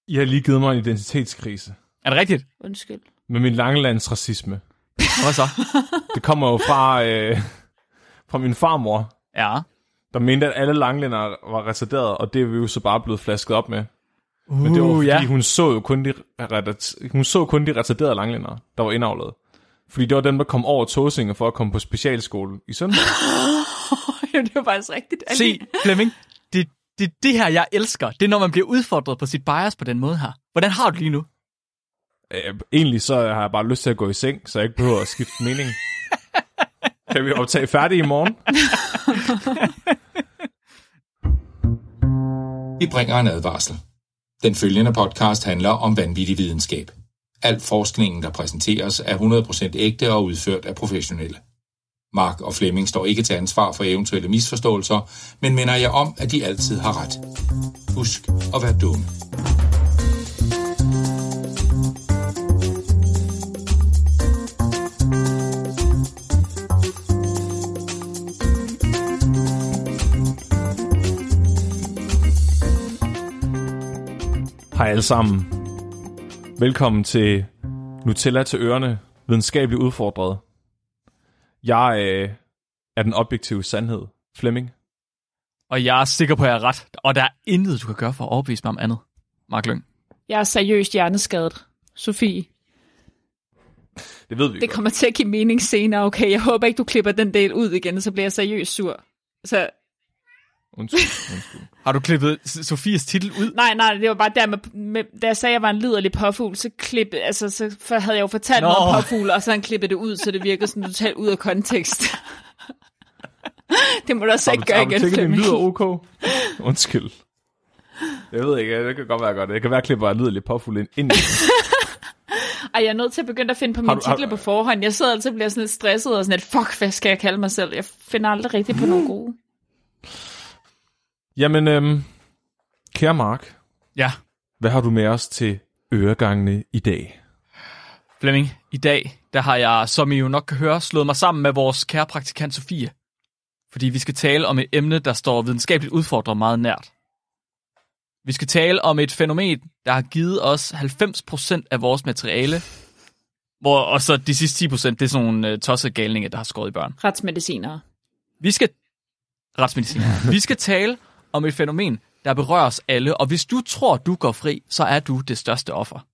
I har lige givet mig en identitetskrise. Er det rigtigt? Undskyld. Med min langelandsracisme. Hvad så? Det kommer jo fra min farmor, Ja. der mente, at alle langlænder var retarderet, og det er vi jo så bare blevet flasket op med. Men det var fordi, hun så kun de retarderede langlændere, der var indavlet. Fordi det var dem, der kom over Tåsinge for at komme på specialskole i Sønderborg. Det var faktisk rigtigt. Se, Flemming, det her, jeg elsker. Det er, når man bliver udfordret på sit bias på den måde her. Hvordan har du lige nu? Egentlig så har jeg bare lyst til at gå i seng, så jeg ikke behøver at skifte mening. Kan vi optage færdig i morgen? Vi bringer en advarsel. Den følgende podcast handler om vanvittig videnskab. Al forskningen, der præsenteres, er 100% ægte og udført af professionelle. Mark og Flemming står ikke til ansvar for eventuelle misforståelser, men minder jer om, at de altid har ret. Husk at være dumme. Hej alle sammen. Velkommen til Nutella til ørerne, videnskabeligt udfordret. Jeg er den objektive sandhed, Flemming. Og jeg er sikker på, at jeg er ret. Og der er intet, du kan gøre for at overbevise mig om andet. Mark Lyng. Jeg er seriøst hjerneskadet. Sofie. Det ved vi Det godt. kommer til at give mening senere, okay? Jeg håber ikke, du klipper den del ud igen, så bliver jeg seriøst sur. Så... Undskyld. Har du klippet Sofies titel ud? Nej, det var bare der da jeg sagde, at jeg var en liderlig påfugl, så havde jeg jo fortalt noget om påfugl, og så han klippet det ud, så det virkede sådan totalt ud af kontekst. Det må du også ikke gøre igen, Flemming. Har du lyder ok? Undskyld. Jeg ved ikke, det kan godt være godt. Det kan være, at klipper en liderlig påfugl ind. Ej, jeg er nødt til at begynde at finde på mine titler på forhånd. Jeg sidder altid og bliver sådan lidt stresset og sådan lidt, fuck, hvad skal jeg kalde mig selv? Jeg finder aldrig rigtigt på nogle gode. Jamen, kære Mark. Ja. Hvad har du med os til øregangene i dag? Flemming, i dag, der har jeg, som I jo nok kan høre, slået mig sammen med vores kære praktikant Sofie. Fordi vi skal tale om et emne, der står videnskabeligt udfordret meget nært. Vi skal tale om et fænomen, der har givet os 90% af vores materiale, og så de sidste 10%, det er sådan nogle tossede galninge, der har skåret i børn. Retsmedicinere. Vi skal tale om et fænomen, der berører os alle, og hvis du tror, du går fri, så er du det største offer.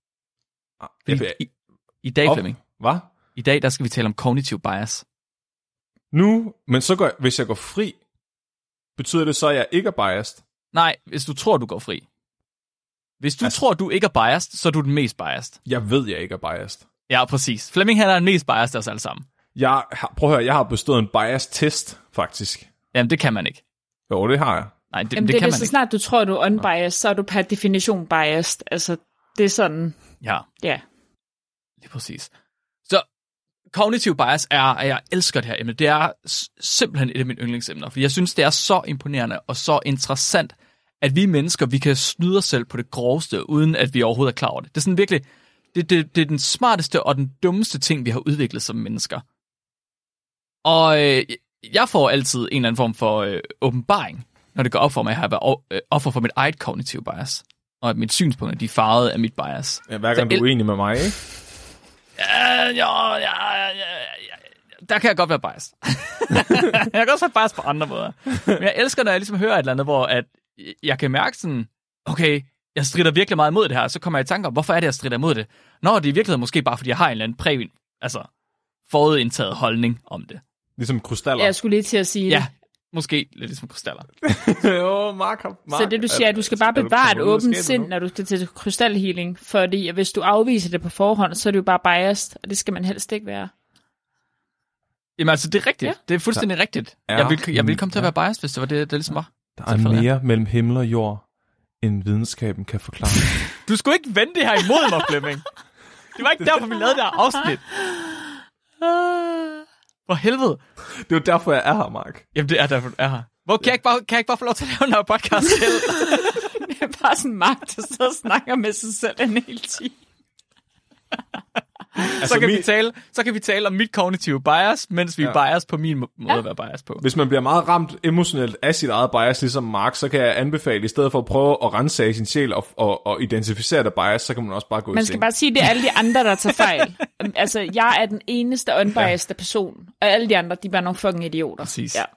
I dag, Flemming. Hvad? I dag, der skal vi tale om cognitive bias. Nu, men så hvis jeg går fri, betyder det så, at jeg ikke er biased? Nej, hvis du tror, du går fri. Hvis du tror, du ikke er biased, så er du den mest biased. Jeg ved, jeg ikke er biased. Ja, præcis. Flemming, han er den mest biased af os alle sammen. Prøv at høre, jeg har bestået en bias-test, faktisk. Jamen, det kan man ikke. Jo, det har jeg. Nej, det kan man ikke. Så snart du tror, du er unbiased, så er du per definition biased. Altså, det er sådan... Ja. Ja. Lige præcis. Så cognitive bias jeg elsker det her emne. Det er simpelthen et af mine yndlingsemner, fordi jeg synes, det er så imponerende og så interessant, at vi mennesker, vi kan snyde os selv på det groveste, uden at vi overhovedet er klar over det. Det er sådan virkelig, det er den smarteste og den dummeste ting, vi har udviklet som mennesker. Og jeg får altid en eller anden form for åbenbaring, når det går op for mig, at jeg har været offer for mit eget cognitive bias, og at mit synspunkt de er farvet af mit bias. Ja, hver gang du er uenig med mig, ikke? Ja, der kan jeg godt være biased. Jeg kan også være biased på andre måder. Men jeg elsker, når jeg ligesom hører et eller andet, hvor at jeg kan mærke sådan, okay, jeg strider virkelig meget imod det her, så kommer jeg i tanke om, hvorfor er det, jeg strider imod det? Nå, det er i virkeligheden måske bare, fordi jeg har en eller anden forudindtaget holdning om det. Ligesom krystaller. Jeg skulle lige til at sige ja, måske lidt ligesom krystaller. Jo, Mark. Så det du siger, at du skal bare bevare et åbent sind, når du skal til krystalhealing, fordi hvis du afviser det på forhånd, så er det jo bare biased, og det skal man helst ikke være. Jamen altså, det er rigtigt. Ja. Det er fuldstændig rigtigt. Jeg vil komme til at være biased, hvis det var det ligesom var. Der er mere mellem himmel og jord, end videnskaben kan forklare. Du skulle ikke vende det her imod mig, Flemming. Det var ikke derfor, vi lavede det her afsnit. For helvede. Det er jo derfor, jeg er her, Mark. Jamen, det er derfor, du er her. Hvor kan jeg ikke bare få lov til at lave en her podcast selv? Det er bare sådan Mark, der sidder og snakker med sig selv en hel time. Så kan vi tale om mit kognitive bias, mens vi er bias på min måde at være bias på. Hvis man bliver meget ramt emotionelt af sit eget bias, ligesom Mark, så kan jeg anbefale, i stedet for at prøve at rensage sin sjæl og identificere det bias, så kan man også bare gå i Man skal bare sige, det er alle de andre, der tager fejl. Altså, jeg er den eneste unbiased person, og alle de andre, de er bare nogle fucking idioter. Præcis. Ja.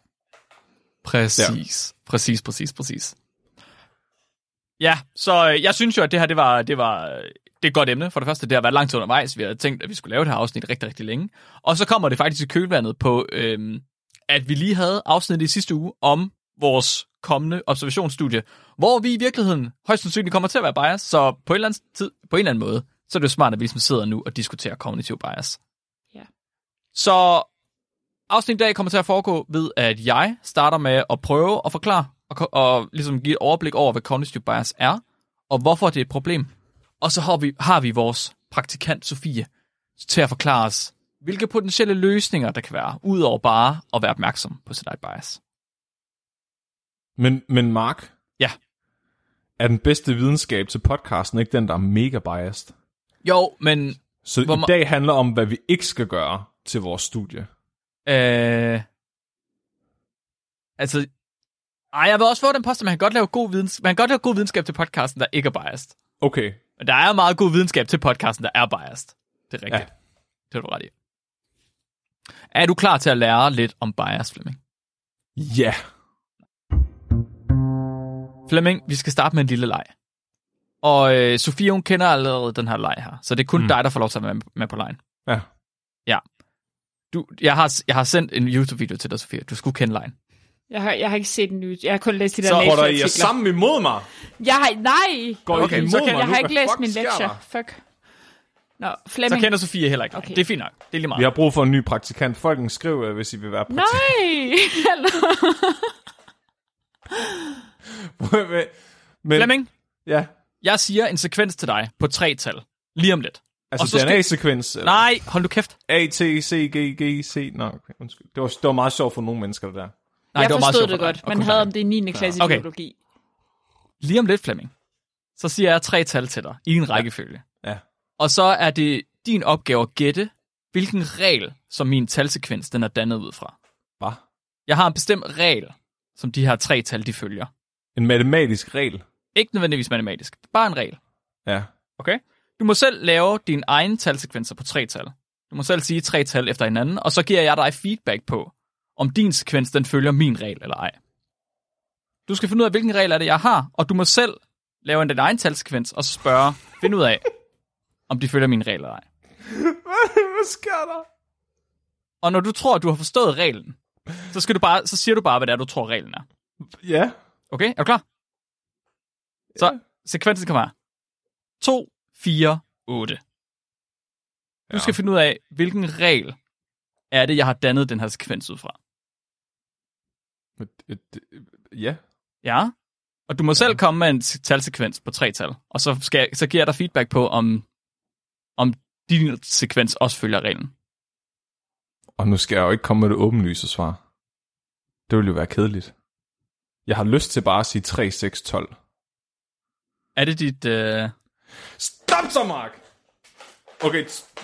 Præcis. Ja, så jeg synes jo, at det her, det er et godt emne. For det første, det har været langt undervejs. Vi havde tænkt, at vi skulle lave det her afsnit rigtig, rigtig længe. Og så kommer det faktisk i kølvandet på, at vi lige havde afsnittet i sidste uge om vores kommende observationsstudie, hvor vi i virkeligheden højst sandsynligt kommer til at være bias. Så på en eller anden måde, så er det jo smart, at vi ligesom sidder nu og diskuterer cognitive bias. Ja. Så afsnittet i dag kommer til at foregå ved, at jeg starter med at prøve at forklare og ligesom give et overblik over, hvad cognitive bias er, og hvorfor det er et problem. Og så har vi vores praktikant Sofie til at forklare os, hvilke potentielle løsninger der kan være, udover bare at være opmærksom på sit eget bias. Men Mark? Ja? Er den bedste videnskab til podcasten ikke den, der er mega biased? Jo, men... Så i dag handler om, hvad vi ikke skal gøre til vores studie. Altså... jeg vil også få den post, at man kan godt lave god videnskab til podcasten, der ikke er biased. Okay. Men der er meget god videnskab til podcasten, der er biased. Det er rigtigt. Ja. Det er du ret i. Er du klar til at lære lidt om bias, Flemming? Ja. Flemming, vi skal starte med en lille leg. Og Sofie, hun kender allerede den her leg her, så det er kun dig, der får lov til at være med på lejen. Ja. Ja. Jeg har sendt en YouTube-video til dig, Sofie. Du skulle kende lejen. Jeg har ikke set den nyt. Jeg har kun læst de der lektier. Så lektier. I er sammen imod mig? Nej! Okay, jeg har ikke læst min lektier. Fuck. Nå, Flemming. Så kender Sofie heller ikke. Okay. Det er fint nok. Det er lige meget. Vi har brug for en ny praktikant. Folkens, skriv, hvis I vil være praktikant. Nej! Men, Flemming? Ja? Jeg siger en sekvens til dig på 3 tal. Lige om lidt. Altså DNA-sekvens? Nej, hold du kæft. A, T, C, G, G, C. Nå, okay, undskyld. Det var meget sjovt for nogle mennesker, det der. Nej, jeg det var forstod meget det godt. Man havde om det i 9. klasse i biologi. Lige om lidt, Flemming, så siger jeg 3 tal til dig i en rækkefølge. Ja. Og så er det din opgave at gætte, hvilken regel, som min talsekvens den er dannet ud fra. Hvad? Jeg har en bestemt regel, som de her 3 tal, de følger. En matematisk regel? Ikke nødvendigvis matematisk. Bare en regel. Ja. Okay? Du må selv lave dine egne talsekvenser på 3 tal. Du må selv sige 3 tal efter hinanden, og så giver jeg dig feedback på, om din sekvens, den følger min regel eller ej. Du skal finde ud af, hvilken regel er det, jeg har, og du må selv lave en egen talsekvens, og så spørge, finde ud af, om de følger min regel eller ej. Hvad sker der? Og når du tror, du har forstået reglen, så siger du bare, hvad det er, du tror, reglen er. Ja. Okay, er du klar? Så sekvensen kommer her. 2, 4, 8. Du skal finde ud af, hvilken regel er det, jeg har dannet den her sekvens ud fra. Ja. Ja. Og du må selv komme med en talsekvens på 3 tal. Og så giver jeg dig feedback på, om din sekvens også følger reglen. Og nu skal jeg jo ikke komme med det åbenlyse svar. Det vil jo være kedeligt. Jeg har lyst til bare at sige 3, 6, 12. Er det dit... Stop så, Mark! Okay.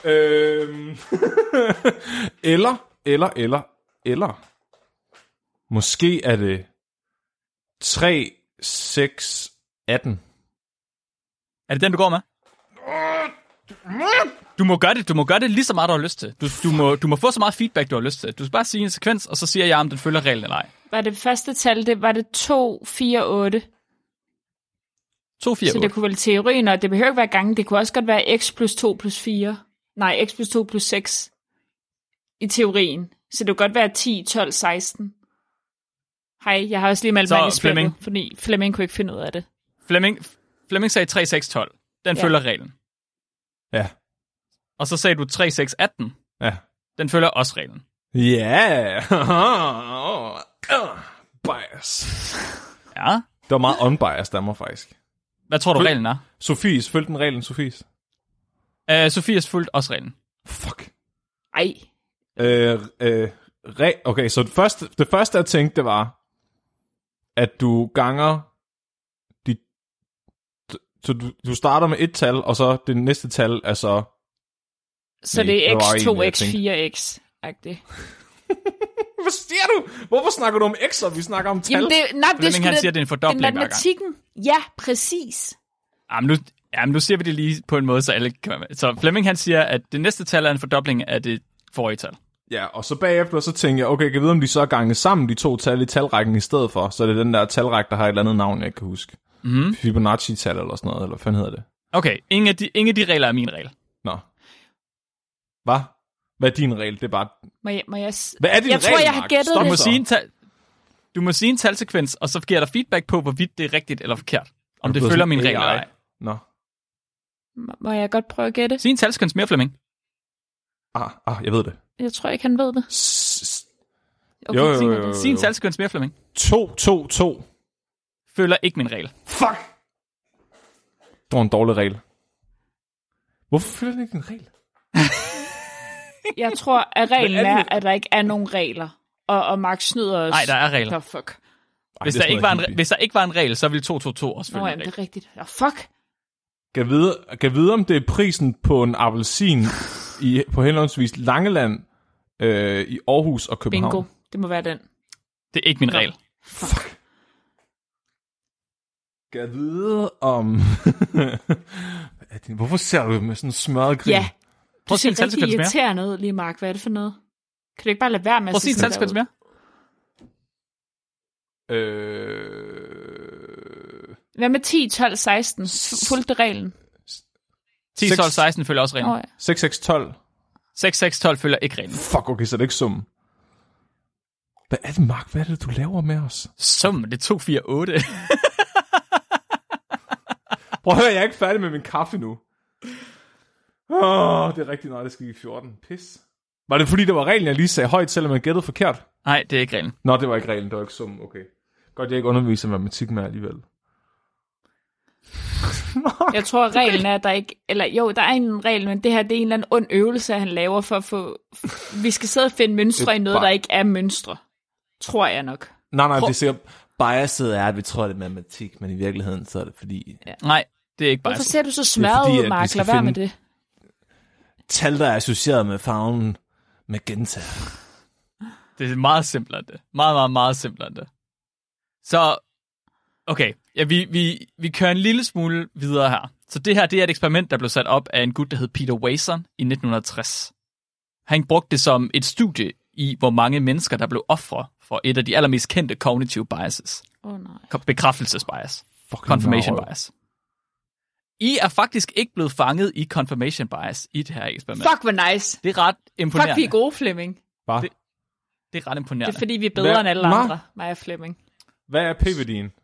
Eller. Måske er det 3, 6, 18. Er det den, du går med? Du må gøre det lige så meget, du har lyst til. Du må få så meget feedback, du har lyst til. Du skal bare sige en sekvens, og så siger jeg, om den følger reglen eller ej. Var det første tal, var det 2, 4, 8? 2, 4, 8. Så det kunne vel teorien, og det behøver ikke være gange. Det kunne også godt være x plus 2 plus 4. Nej, x plus 2 plus 6. I teorien. Så det kunne godt være 10, 12, 16. Hej, jeg har også lige meldt mig i spillet, fordi Flemming kunne ikke finde ud af det. Flemming sagde 3, 6, 12. Den følger reglen. Ja. Og så sagde du 3, 6, 18. Ja. Den følger også reglen. Ja. Bias. Ja. Det var meget unbiased af mig, faktisk. Hvad tror du, reglen er? Sofies. Følg den reglen, Sofies. Sofies fulgte også reglen. Fuck. Ej. Okay, så det første, jeg tænkte, det var, at du ganger så du starter med et tal, og så det næste tal er så Så det er x2, x4x-agtigt. Hvad siger du? Hvorfor snakker du om x'er? Vi snakker om tal. Jamen Flemming, han siger, det er en fordobling hver gang. Matematikken. Ja, præcis. Jamen, nu siger vi det lige på en måde, så alle kan være med. Så Flemming, han siger, at det næste tal er en fordobling af det forrige tal. Ja, og så bagefter, så tænker jeg, okay, jeg kan vide, om de så er ganget sammen, de to tal i talrækken i stedet for. Så er det den der talrække, der har et eller andet navn, jeg ikke kan huske. Mm-hmm. Fibonacci-tal eller sådan noget, eller hvad fanden hedder det? Okay, ingen af de regler er min regel. Nå. Hvad? Hvad er din regel? Det er bare... Må jeg... Hvad er din jeg regel, tror, jeg har gættet det. Du må sige en talsekvens, og så giver der feedback på, hvorvidt det er rigtigt eller forkert. Om det følger min regel eller ej. Nå. Må jeg godt prøve at gætte? Sig en talsekvens mere, Flemming. Jeg ved det. Jeg tror ikke, han ved det. Okay, jo. Sig en talsekvens mere, Flemming. 2. Følger ikke min regel. Fuck! Det var en dårlig regel. Hvorfor følger den ikke en regel? Jeg tror, at reglen er, at der ikke er nogen regler. Og Mark snyder os. Nej, der er regler. Fuck. Hvis der ikke var en regel, så ville 2 også følge en regel. Det er rigtigt. Fuck. Kan vide, om det er prisen på en appelsin på henholdsvis Langeland, i Aarhus og København. Bingo. Det må være den. Det er ikke min regel. Fuck. Kan vide om... Hvorfor ser du med sådan en smørret grin? Ja. Du ser rigtig irriterende ud lige, Mark. Hvad er det for noget? Kan du ikke bare lade være med at sige en talsekvens mere? Hvad med 10, 12, 16? Fulgte reglen? 10, 12, 16 følger også reglen. 6, 6, 12. 6, 6, 12 følger ikke reglen. Fuck, okay, så er det ikke summen. Hvad er det, Mark? Hvad er det, du laver med os? Summen, det er 2, 4, 8. Prøv at høre, jeg er ikke færdig med min kaffe nu. Det er rigtigt, nej, det skal give 14. Pis. Var det fordi, det var reglen, jeg lige sagde højt, selvom jeg gættede forkert? Nej, det er ikke reglen. Nå, det var ikke reglen, det var ikke summen, okay. Godt, jeg ikke underviser matematik med alligevel. Jeg tror, at reglen er, at der ikke... Eller jo, der er en regel, men det her, det er en eller anden ond øvelse, han laver for at få... Vi skal sidde og finde mønstre i noget, der ikke er mønstre. Tror jeg nok. Nej, det er sikkert... Biaset er, at vi tror, det er matematik, men i virkeligheden, så er det fordi... Ja. Nej, det er ikke biaset. Hvorfor ser du så smadret ud, Mark? Lad være med det. Tal, der er associeret med farven magenta. Det er meget simplere end det. Meget, meget, meget simplere end det. Så, okay. Ja, vi kører en lille smule videre her. Så det her, det er et eksperiment, der blev sat op af en gut, der hed Peter Wason i 1960. Han brugte det som et studie i, hvor mange mennesker, der blev ofre for et af de allermest kendte cognitive biases. Bekræftelsesbias. Confirmation bias. I er faktisk ikke blevet fanget i confirmation bias i det her eksperiment. Fuck, hvor nice. Det er ret imponerende. Fuck, vi er gode, Flemming. Hvad? Det er ret imponerende. Det er fordi, vi er bedre end alle andre, mig og Flemming. Hvad er p-værdien?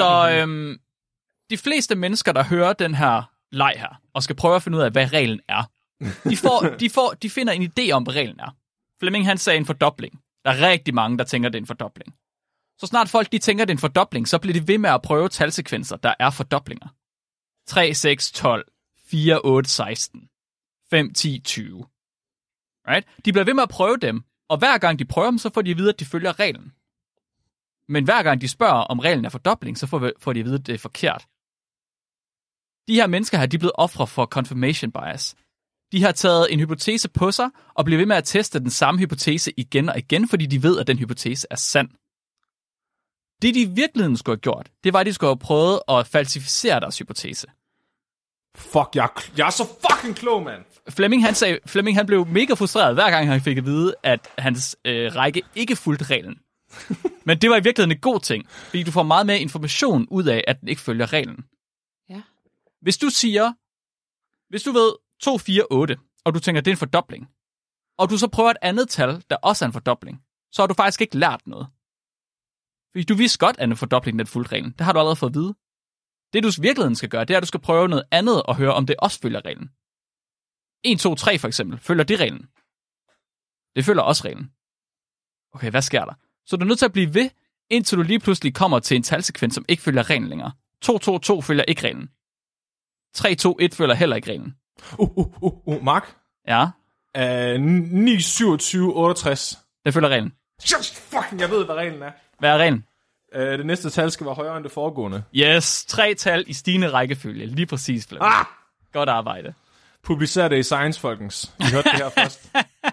De fleste mennesker, der hører den her leg her, og skal prøve at finde ud af, hvad reglen er, de finder en idé om, hvad reglen er. Flemming, han sagde en fordobling. Der er rigtig mange, der tænker, det er en fordobling. Så snart folk, de tænker, det er en fordobling, så bliver de ved med at prøve talsekvenser, der er fordoblinger. 3, 6, 12, 4, 8, 16, 5, 10, 20. Right? De bliver ved med at prøve dem, og hver gang de prøver dem, så får de at vide, at de følger reglen. Men hver gang de spørger, om reglen er fordobling, så får de at vide, at det er forkert. De her mennesker her, de er blevet ofre for confirmation bias. De har taget en hypotese på sig, og bliver ved med at teste den samme hypotese igen og igen, fordi de ved, at den hypotese er sand. Det, de i virkeligheden skulle have gjort, det var, at de skulle have prøvet at falsificere deres hypotese. Fuck, jeg er så fucking klog, mand. Flemming han blev mega frustreret, hver gang han fik at vide, at hans række ikke fulgte reglen. Men det var i virkeligheden en god ting, fordi du får meget mere information ud af, at den ikke følger reglen. Ja. Hvis du ved 2, 4, 8, og du tænker, det er en fordobling, og du så prøver et andet tal, der også er en fordobling, så har du faktisk ikke lært noget. Fordi du vidste godt, at en fordobling den fulgte reglen. Det har du allerede fået at vide. Det du i virkeligheden skal gøre, det er, at du skal prøve noget andet og høre, om det også følger reglen. 1, 2, 3 for eksempel. Følger det reglen? Det følger også reglen. Okay, hvad sker der? Så du er nødt til at blive ved, indtil du lige pludselig kommer til en talsekvens, som ikke følger reglen længere. 2, 2, 2 følger ikke reglen. 3, 2, 1 følger heller ikke reglen. Mark? Ja? 9, 27, 68. Det følger reglen. Fucking, jeg ved, hvad reglen er. Hvad er reglen? Det næste tal skal være højere end det foregående. Yes, 3 tal i stigende rækkefølge. Lige præcis, Flemming. Godt arbejde. Publicer det i Science, folkens. Vi hørte det her først.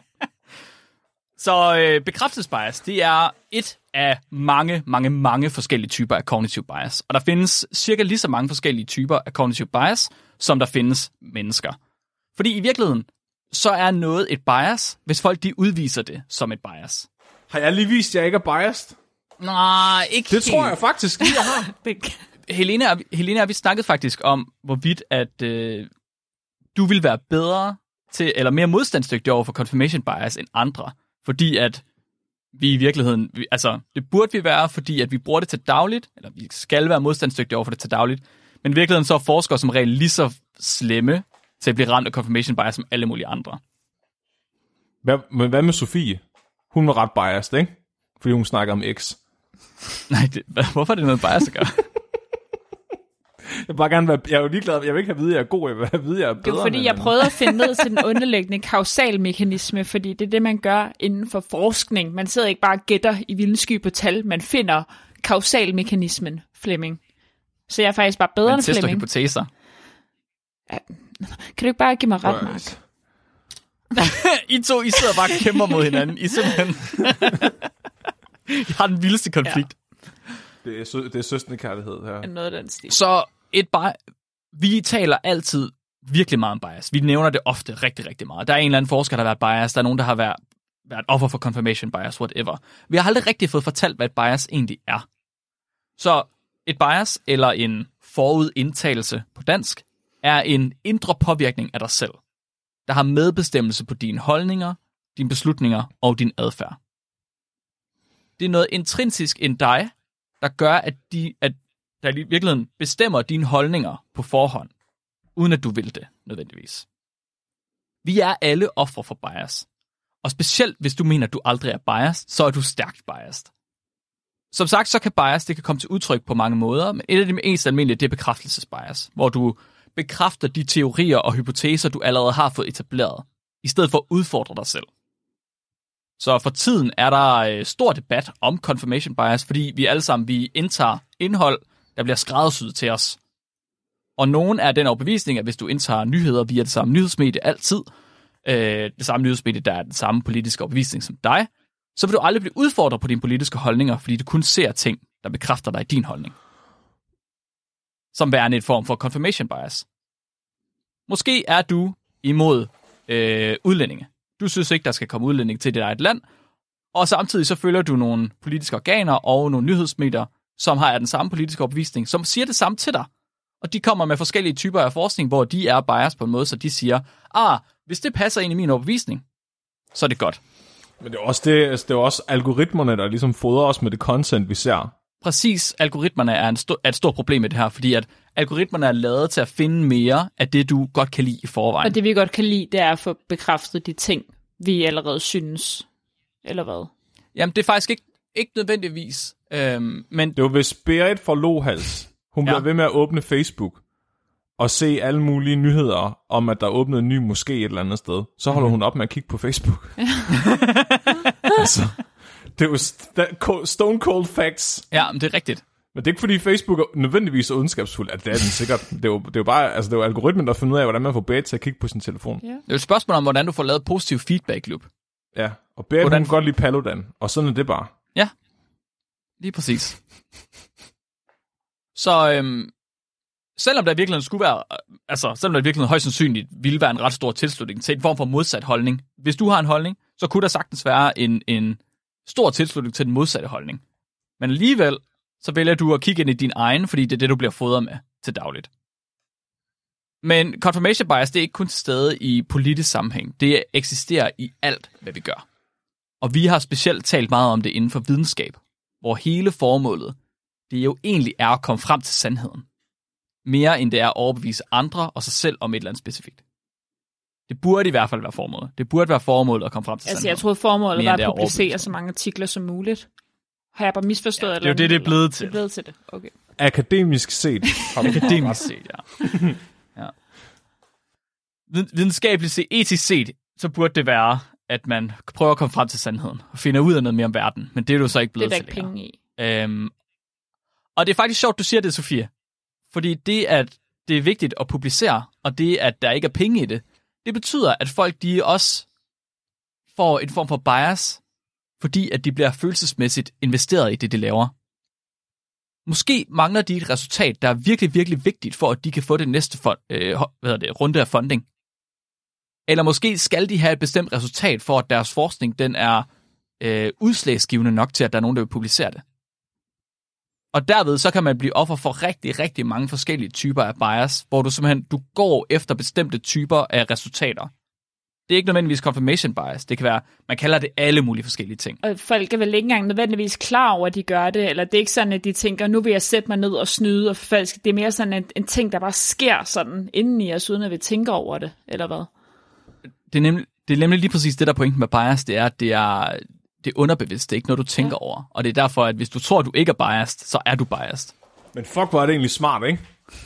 Så bekræftelsesbias, det er et af mange forskellige typer af cognitive bias. Og der findes cirka lige så mange forskellige typer af cognitive bias, som der findes mennesker. Fordi i virkeligheden, så er noget et bias, hvis folk de udviser det som et bias. Har jeg lige vist, at jeg ikke er biased? Nej, ikke Det tror jeg faktisk lige, jeg har. Helena, vi snakkede faktisk om, hvorvidt at du vil være bedre til, eller mere modstandsdygtig over for confirmation bias end andre. Fordi at vi i virkeligheden, det burde vi være, fordi at vi bruger det til dagligt, eller vi skal være modstandsdygtige over for det til dagligt. Men i virkeligheden så er forskere som regel lige så slemme til at blive ramt af confirmation bias som alle mulige andre. Hvad med Sofie? Hun var ret biased, ikke? Fordi hun snakker om X. Nej, hvorfor er det noget bias at gøre? Jeg vil bare gerne være... Jeg er jo ligeglad. Jeg vil ikke have at vide, at jeg er god. Jeg vil have at vide, at jeg er bedre. Det er fordi, jeg prøvede at finde ned til den underliggende kausalmekanisme, fordi det er det, man gør inden for forskning. Man sidder ikke bare og gætter i vilden sky på tal. Man finder kausalmekanismen, Flemming. Så jeg er faktisk bare bedre end Flemming. Man tester hypoteser. Ja. Kan du ikke bare give mig ret, Mark? I sidder bare og kæmper mod hinanden. I simpelthen... I har den vildeste konflikt. Ja. Det er søstende kærlighed her. Noget af den stil. Så vi taler altid virkelig meget om bias. Vi nævner det ofte rigtig, rigtig meget. Der er en eller anden forsker, der har været bias. Der er nogen, der har været offer for confirmation bias, whatever. Vi har aldrig rigtig fået fortalt, hvad et bias egentlig er. Så et bias, eller en forudindtagelse på dansk, er en indre påvirkning af dig selv, der har medbestemmelse på dine holdninger, dine beslutninger og din adfærd. Det er noget intrinsisk i dig, der gør, at der i virkeligheden bestemmer dine holdninger på forhånd, uden at du vil det nødvendigvis. Vi er alle ofre for bias. Og specielt hvis du mener, at du aldrig er biased, så er du stærkt biased. Som sagt, så kan bias det kan komme til udtryk på mange måder, men et af de mest almindelige, det er bekræftelsesbias, hvor du bekræfter de teorier og hypoteser, du allerede har fået etableret, i stedet for at udfordre dig selv. Så for tiden er der stor debat om confirmation bias, fordi vi indtager indhold, der bliver skræddersyet til os. Og nogen er den overbevisning, at hvis du indtager nyheder via det samme nyhedsmedie altid, det samme nyhedsmedie, der er den samme politiske overbevisning som dig, så vil du aldrig blive udfordret på dine politiske holdninger, fordi du kun ser ting, der bekræfter dig i din holdning. Som værende en form for confirmation bias. Måske er du imod udlændinge. Du synes ikke, der skal komme udlændinge til dit eget land, og samtidig så følger du nogle politiske organer og nogle nyhedsmedier, som har den samme politiske overbevisning, som siger det samme til dig. Og de kommer med forskellige typer af forskning, hvor de er bias på en måde, så de siger, hvis det passer ind i min overbevisning, så er det godt. Men det er også algoritmerne, der ligesom fodrer os med det content, vi ser. Præcis, algoritmerne er et stort problem med det her, fordi at algoritmerne er lavet til at finde mere af det, du godt kan lide i forvejen. Og det, vi godt kan lide, det er at få bekræftet de ting, vi allerede synes, eller hvad? Jamen, det er faktisk ikke nødvendigvis, men... Det var hvis Berit fra Lohals, hun bliver ved med at åbne Facebook, og se alle mulige nyheder om, at der er åbnet en ny moské et eller andet sted, så holder hun op med at kigge på Facebook. Altså... Det er jo stone cold facts. Ja, men det er rigtigt. Men det er ikke fordi Facebook er nødvendigvis ondskabsfuld, at det er den sikkert. Det er jo bare, det er jo algoritmen, der finder ud af, hvordan man får Berit til at kigge på sin telefon. Ja. Det er jo et spørgsmål om, hvordan du får lavet positiv feedback loop. Ja, og Berit hun kan godt lide Paludan, og sådan er det bare. Ja, lige præcis. Så selvom der i virkeligheden skulle være, selvom der i virkeligheden højst sandsynligt ville være en ret stor tilslutning til en form for modsat holdning. Hvis du har en holdning, så kunne der sagtens være en stor tilslutning til den modsatte holdning. Men alligevel, så vælger du at kigge ind i din egen, fordi det er det, du bliver fodret med til dagligt. Men confirmation bias, det er ikke kun til stede i politisk sammenhæng. Det eksisterer i alt, hvad vi gør. Og vi har specielt talt meget om det inden for videnskab, hvor hele formålet, det jo egentlig er at komme frem til sandheden. Mere end det er at overbevise andre og sig selv om et eller andet specifikt. Det burde i hvert fald være formålet. Det burde være formålet at komme frem til sandheden. Jeg troede formålet var at publicere så mange artikler som muligt. Har jeg bare misforstået? Ja, det er jo det er blevet til. Det er blevet til det, okay. Akademisk set. Akademisk set, ja. Videnskabeligt set, etisk set, så burde det være, at man prøver at komme frem til sandheden og finde ud af noget mere om verden. Men det er jo så ikke blevet til. Det er der ikke penge i. Og det er faktisk sjovt, du siger det, Sofie. Fordi det, at det er vigtigt at publicere, og det, at der ikke er penge i det, Det betyder, at folk de også får en form for bias, fordi at de bliver følelsesmæssigt investeret i det, de laver. Måske mangler de et resultat, der er virkelig, virkelig vigtigt, for at de kan få det næste runde af funding. Eller måske skal de have et bestemt resultat, for at deres forskning den er udslagsgivende nok til, at der er nogen, der vil publicere det. Og derved så kan man blive offer for rigtig, rigtig mange forskellige typer af bias, hvor du simpelthen går efter bestemte typer af resultater. Det er ikke nødvendigvis confirmation bias. Det kan være, man kalder det alle mulige forskellige ting. Og folk er vel ikke engang nødvendigvis klar over, at de gør det, eller det er ikke sådan, at de tænker, nu vil jeg sætte mig ned og snyde og forfalske. Det er mere sådan en ting, der bare sker sådan inden i os, uden at vi tænker over det, eller hvad? Det er nemlig lige præcis det, der er pointen med bias, det er, at det er underbevidst, det er ikke noget, du tænker over. Og det er derfor, at hvis du tror, du ikke er biased, så er du biased. Men fuck, hvor er det egentlig smart, ikke?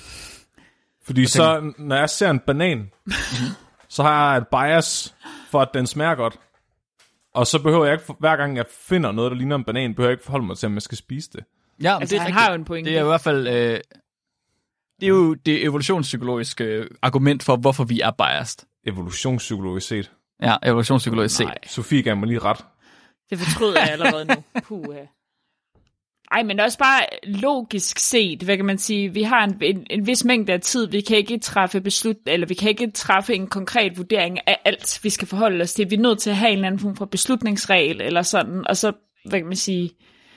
Fordi så, når jeg ser en banan, så har jeg et bias for, at den smager godt. Og så behøver jeg ikke, hver gang jeg finder noget, der ligner en banan, behøver jeg ikke forholde mig til, om jeg skal spise det. Ja, altså, han har jo en pointe. Det er i hvert fald... det er jo det evolutionspsykologiske argument for, hvorfor vi er biased. Evolutionspsykologisk set. Ja, evolutionspsykologisk set. Sofie gav mig lige ret. Det fortryder jeg allerede nu. Puh. Ej, men også bare logisk set, hvad kan man sige, vi har en vis mængde af tid, vi kan ikke træffe en konkret vurdering af alt, vi skal forholde os til. Vi er nødt til at have en eller anden form for beslutningsregel, eller sådan, og så, hvad kan man sige,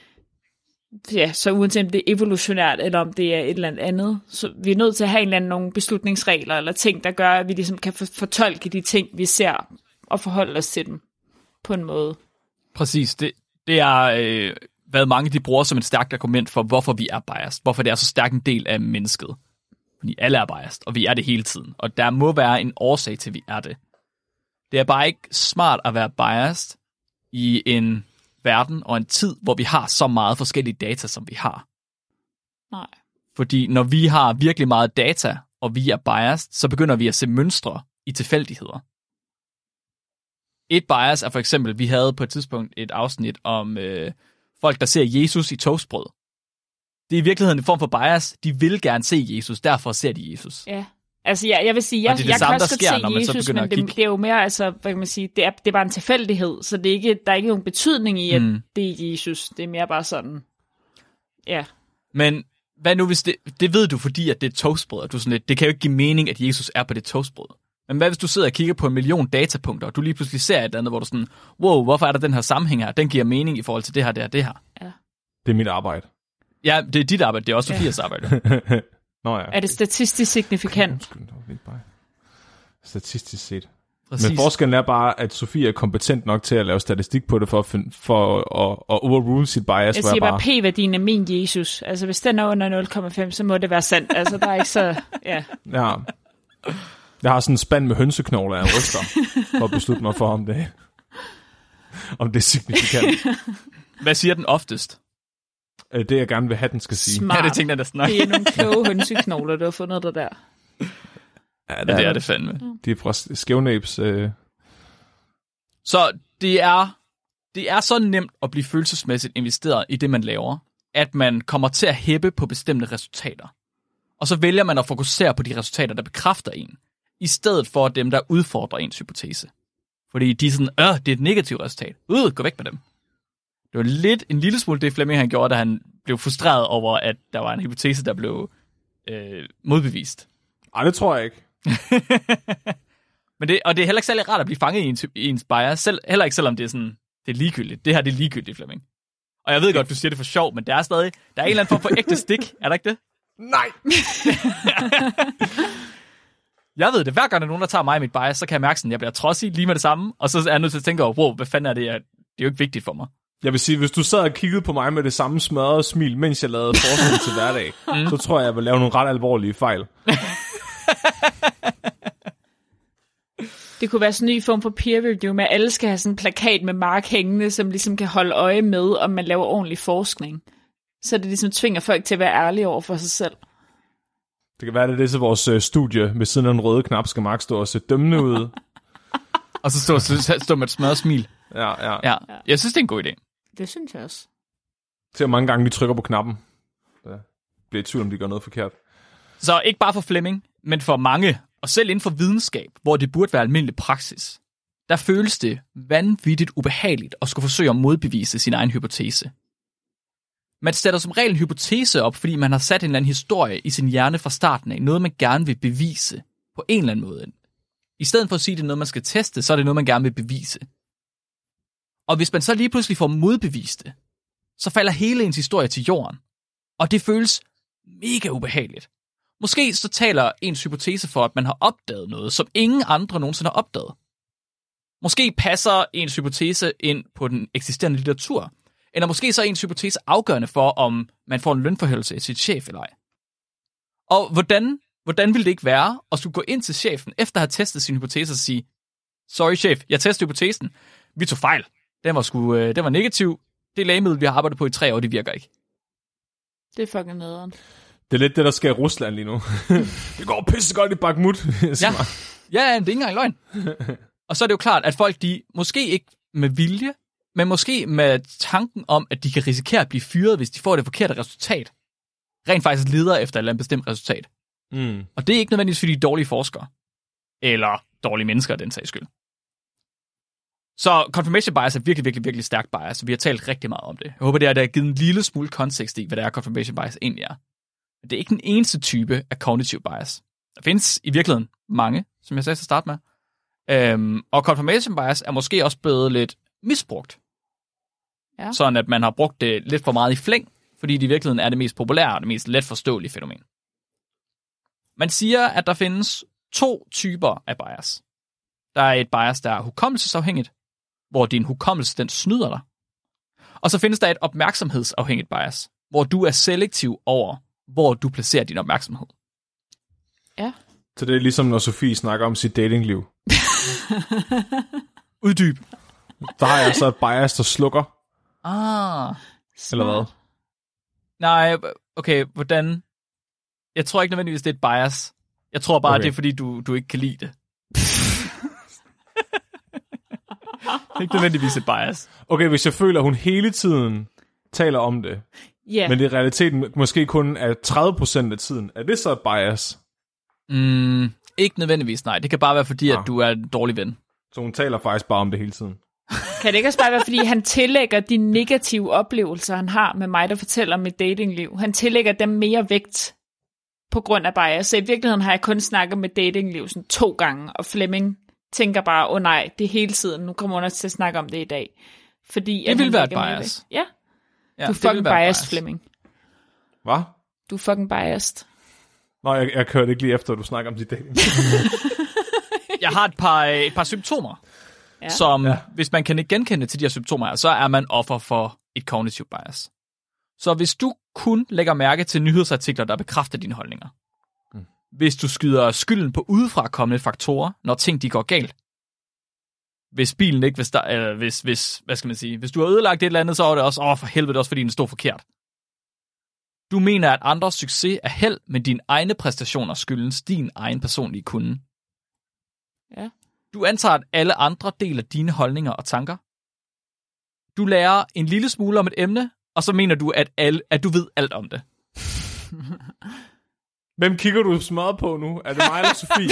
ja, så uanset om det er evolutionært, eller om det er et eller andet, så vi er nødt til at have en eller anden nogle beslutningsregler, eller ting, der gør, at vi ligesom kan fortolke de ting, vi ser, og forholde os til dem på en måde. Præcis, det er... hvad mange de bruger som et stærkt argument for, hvorfor vi er biased. Hvorfor det er så stærk en del af mennesket. Fordi alle er biased, og vi er det hele tiden. Og der må være en årsag til, at vi er det. Det er bare ikke smart at være biased i en verden og en tid, hvor vi har så meget forskellige data, som vi har. Nej. Fordi når vi har virkelig meget data, og vi er biased, så begynder vi at se mønstre i tilfældigheder. Et bias er for eksempel, vi havde på et tidspunkt et afsnit om... folk, der ser Jesus i toastbrød. Det er i virkeligheden en form for bias. De vil gerne se Jesus, derfor ser de Jesus. Ja, altså jeg vil sige, jeg kan også godt se Jesus, men det er jo mere, altså, hvad kan man sige, det er bare en tilfældighed, så det er ikke, der er ikke nogen betydning i, at det er Jesus. Det er mere bare sådan, ja. Men hvad nu hvis det ved du, fordi at det er toastbrød, og du sådan lidt, det kan jo ikke give mening, at Jesus er på det toastbrød. Men hvad hvis du sidder og kigger på 1 million datapunkter, og du lige pludselig ser et eller andet, hvor du sådan, wow, hvorfor er der den her sammenhæng her? Den giver mening i forhold til det her, det her. Ja. Det er mit arbejde. Ja, det er dit arbejde, det er også Sofias arbejde. Nå ja. Er det statistisk signifikant? Undskyld, det var lidt bare statistisk set. Præcis. Men forskellen er bare, at Sofie er kompetent nok til at lave statistik på det, for at overrule sit bias. Jeg siger bare, p-værdien er min Jesus. Altså, hvis den er under 0,5, så må det være sandt. Altså, der er ikke så... Ja. Ja. Jeg har sådan en spand med hønseknogler, jeg ryster, for at beslutte mig for, om det er signifikant. Hvad siger den oftest? Det, jeg gerne vil have, den skal sige. Smart. Ja, det tænker jeg næsten nok. Det er nogle kloge hønseknogler, du har fundet der. Ja, det er det fandme. De er fra skævnæbs... Så det er så nemt at blive følelsesmæssigt investeret i det, man laver, at man kommer til at hæppe på bestemte resultater. Og så vælger man at fokusere på de resultater, der bekræfter en, i stedet for dem, der udfordrer ens hypotese. Fordi de er sådan, det er et negativt resultat. Gå væk med dem. Det var en lille smule det, Flemming han gjorde, da han blev frustreret over, at der var en hypotese, der blev modbevist. Ej, det tror jeg ikke. Men det er heller ikke særlig rart at blive fanget i ens bias, heller ikke selvom det er sådan, det er ligegyldigt. Det her det er ligegyldigt, Flemming. Og jeg ved godt, du siger det for sjov, men der er en eller anden form for ægte stik. Er der ikke det? Nej! Jeg ved det. Hver gang der er nogen, der tager mig i mit bias, så kan jeg mærke sådan, jeg bliver trodsig lige med det samme, og så er jeg nødt til at tænke over, wow, hvad fanden er det? Det er jo ikke vigtigt for mig. Jeg vil sige, hvis du sad og kiggede på mig med det samme smørrede smil, mens jeg lavede forskning til hverdag, så tror jeg vil lave nogle ret alvorlige fejl. Det kunne være sådan en ny form for peer review, med at alle skal have sådan en plakat med mark hængende, som ligesom kan holde øje med, om man laver ordentlig forskning. Så det ligesom tvinger folk til at være ærlige over for sig selv. Det kan være, det er til vores studie ved siden af den røde knap, skal Mark stå og se dømmende ud. Og så stå med et smadret smil. Ja. Jeg synes, det er en god idé. Det synes jeg også. Til hvor mange gange vi trykker på knappen. Der bliver i tvivl, om de gør noget forkert. Så ikke bare for Flemming, men for mange Og selv inden for videnskab, hvor det burde være almindelig praksis, der føles det vanvittigt ubehageligt at skulle forsøge at modbevise sin egen hypotese. Man sætter som regel en hypotese op, fordi man har sat en eller anden historie i sin hjerne fra starten af, noget man gerne vil bevise på en eller anden måde. I stedet for at sige, at det er noget, man skal teste, så er det noget, man gerne vil bevise. Og hvis man så lige pludselig får modbevist det, så falder hele ens historie til jorden. Og det føles mega ubehageligt. Måske så taler ens hypotese for, at man har opdaget noget, som ingen andre nogensinde har opdaget. Måske passer ens hypotese ind på den eksisterende litteratur, eller måske så er ens hypotese afgørende for, om man får en lønforhøjelse af sit chef eller ej. Og hvordan ville det ikke være at skulle gå ind til chefen, efter at have testet sin hypotese og sige, sorry chef, jeg testede hypotesen, vi tog fejl, den var negativ, det lægemiddel, vi har arbejdet på i 3 år, det virker ikke. Det er fucking nederen. Det er lidt det, der sker i Rusland lige nu. Det går pissegodt i Bakhmut. Ja, det er ikke engang løgn. Og så er det jo klart, at folk, de måske ikke med vilje, men måske med tanken om, at de kan risikere at blive fyret, hvis de får det forkerte resultat, rent faktisk leder efter et eller andet bestemt resultat. Mm. Og det er ikke nødvendigvis, fordi de er dårlige forskere, eller dårlige mennesker af den sags skyld. Så confirmation bias er virkelig, virkelig, virkelig stærk bias, og vi har talt rigtig meget om det. Jeg håber, det har givet en lille smule kontekst i, hvad det er, confirmation bias egentlig er. Men det er ikke den eneste type af cognitive bias. Der findes i virkeligheden mange, som jeg sagde til at starte med. Og confirmation bias er måske også blevet lidt misbrugt. Ja. Sådan at man har brugt det lidt for meget i flæng, fordi det i virkeligheden er det mest populære og det mest let forståelige fænomen. Man siger, at der findes 2 typer af bias. Der er et bias, der er hukommelsesafhængigt, hvor din hukommelse, den snyder dig. Og så findes der et opmærksomhedsafhængigt bias, hvor du er selektiv over, hvor du placerer din opmærksomhed. Ja. Så det er ligesom, når Sofie snakker om sit datingliv. Uddyb. Der har jeg så et bias, der slukker. Eller hvad? Nej, okay, hvordan? Jeg tror ikke nødvendigvis, det er et bias. Jeg tror bare, det er, fordi du ikke kan lide det. Det er ikke nødvendigvis et bias. Okay, hvis jeg føler, at hun hele tiden taler om det, men det i realiteten måske kun er 30% af tiden, er det så et bias? Ikke nødvendigvis, nej. Det kan bare være fordi, at du er en dårlig ven. Så hun taler faktisk bare om det hele tiden? Kan det ikke også bare være, fordi han tillægger de negative oplevelser, han har med mig, der fortæller om mit datingliv? Han tillægger dem mere vægt på grund af bias. Så i virkeligheden har jeg kun snakket med datingliv sådan 2 gange, og Flemming tænker bare, nej, det er hele tiden. Nu kommer hun også til at snakke om det i dag. Fordi, det vil være et bias. Ja. Du er fucking biased, Flemming. Hvad? Du er fucking biased. Nå, jeg kørte ikke lige efter, at du snakker om dit dating. Jeg har et par symptomer, som, hvis man kan genkende til de her symptomer, så er man offer for et cognitive bias. Så hvis du kun lægger mærke til nyhedsartikler, der bekræfter dine holdninger, hvis du skyder skylden på udefra kommende faktorer, når ting de går galt, hvis bilen ikke hvad skal man sige, hvis du har ødelagt et eller andet, så er det også, for helvede, også fordi den stod forkert. Du mener, at andres succes er held, men dine egne præstationer skyldes din egen personlige kunde. Ja. Du antager, at alle andre deler dine holdninger og tanker. Du lærer en lille smule om et emne, og så mener du, at du ved alt om det. Hvem kigger du smadret på nu? Er det mig eller Sofie?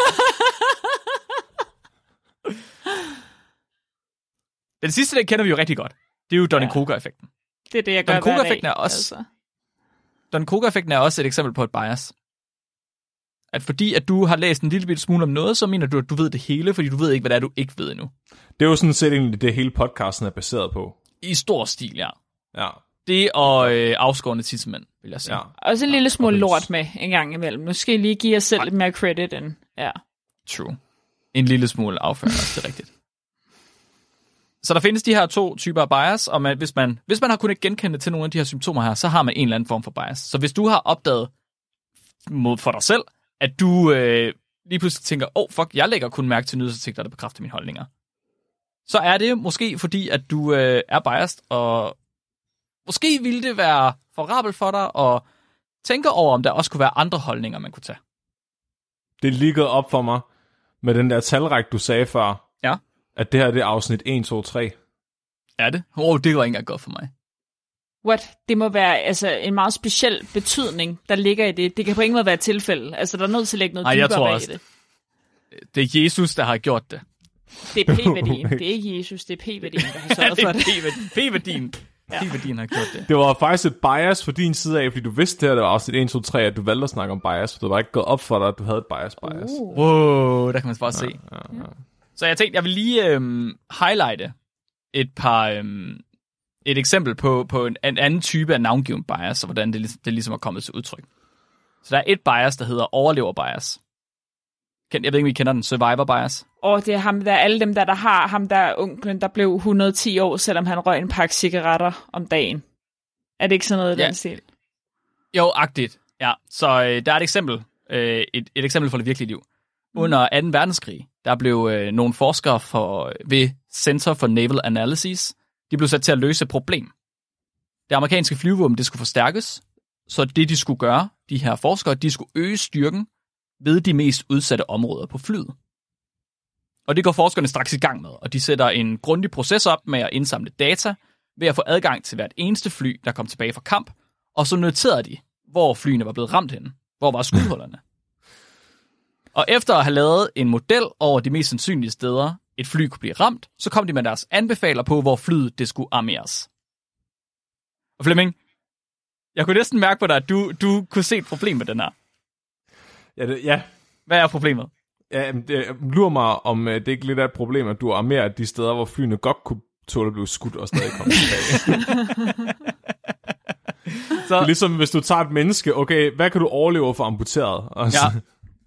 Den sidste, den kender vi jo rigtig godt. Det er jo Dunning-Kruger-effekten. Det er det, jeg gør hver dag. Dunning-Kruger-effekten er også et eksempel på et bias. At fordi at du har læst en lille smule om noget, så mener du, at du ved det hele, fordi du ved ikke, hvad det er, du ikke ved endnu. Det er jo sådan set egentlig det hele podcasten er baseret på. I stor stil, ja. Ja. Det og afskårende tidsmænd, vil jeg sige. Ja. Også en lille smule lort med en gang imellem. Måske lige give jer selv lidt mere credit end... Ja. True. En lille smule afføring, det er rigtigt. Så der findes de her 2 typer af bias, og hvis man har kunnet genkende til nogle af de her symptomer her, så har man en eller anden form for bias. Så hvis du har opdaget for dig selv, at du lige pludselig tænker, jeg lægger kun mærke til nyhedsartikler, der bekræfter mine holdninger, så er det måske fordi, at du er biased, og måske ville det være favorabelt for dig at tænke over, om der også kunne være andre holdninger, man kunne tage. Det er lige gået op for mig med den der talrække, du sagde før. Ja. At det her det er afsnit 1, 2, 3. Er det? Det var ikke engang godt for mig. What? Det må være en meget speciel betydning, der ligger i det. Det kan på ingen måde være et tilfælde. Altså, der er nødt til at lægge noget dybere bag i det. Det er Jesus, der har gjort det. Det er p-værdien. Det er ikke Jesus, det er p-værdien, der har sørget for det. P-værdien. P-værdien har gjort det. Det var faktisk et bias for din side af, fordi du vidste her, det var afsnit 1, 2, 3, at du valgte at snakke om bias, for det var ikke gået op for dig, at du havde et bias. Wow, der kan man bare se. Ja. Så jeg tænkte, jeg vil lige highlighte et eksempel på en anden type af navngiven bias, og hvordan det ligesom er kommet til udtryk. Så der er et bias, der hedder overlever bias. Jeg ved ikke, om I kender den, survivor bias. Og det er ham der, alle dem der har ham der onklen, der blev 110 år, selvom han røg en pakke cigaretter om dagen. Er det ikke sådan noget i den stil? Jo, agtigt. Ja, så der er et eksempel. Et eksempel fra det virkelige liv. Under 2. verdenskrig, der blev nogle forskere ved Center for Naval Analysis, de blev sat til at løse et problem. Det amerikanske flyvevåben, det skulle forstærkes, så det de skulle gøre, de her forskere, de skulle øge styrken ved de mest udsatte områder på flyet. Og det går forskerne straks i gang med, og de sætter en grundig proces op med at indsamle data, ved at få adgang til hvert eneste fly, der kom tilbage fra kamp, og så noterede de, hvor flyene var blevet ramt henne. Hvor var skudhullerne? Og efter at have lavet en model over de mest sandsynlige steder, et fly kunne blive ramt, så kom de med deres anbefaler på, hvor flyet det skulle armeres. Og Flemming, jeg kunne næsten mærke på dig, at du kunne se et problem med den her. Ja. Hvad er problemet? Ja, det lurer mig, om det ikke lidt er et problem, at du armerer de steder, hvor flyene godt kunne tåle at blive skudt og stadig komme tilbage. Så... Det er ligesom, hvis du tager et menneske, okay, hvad kan du overleve for amputeret? Ja.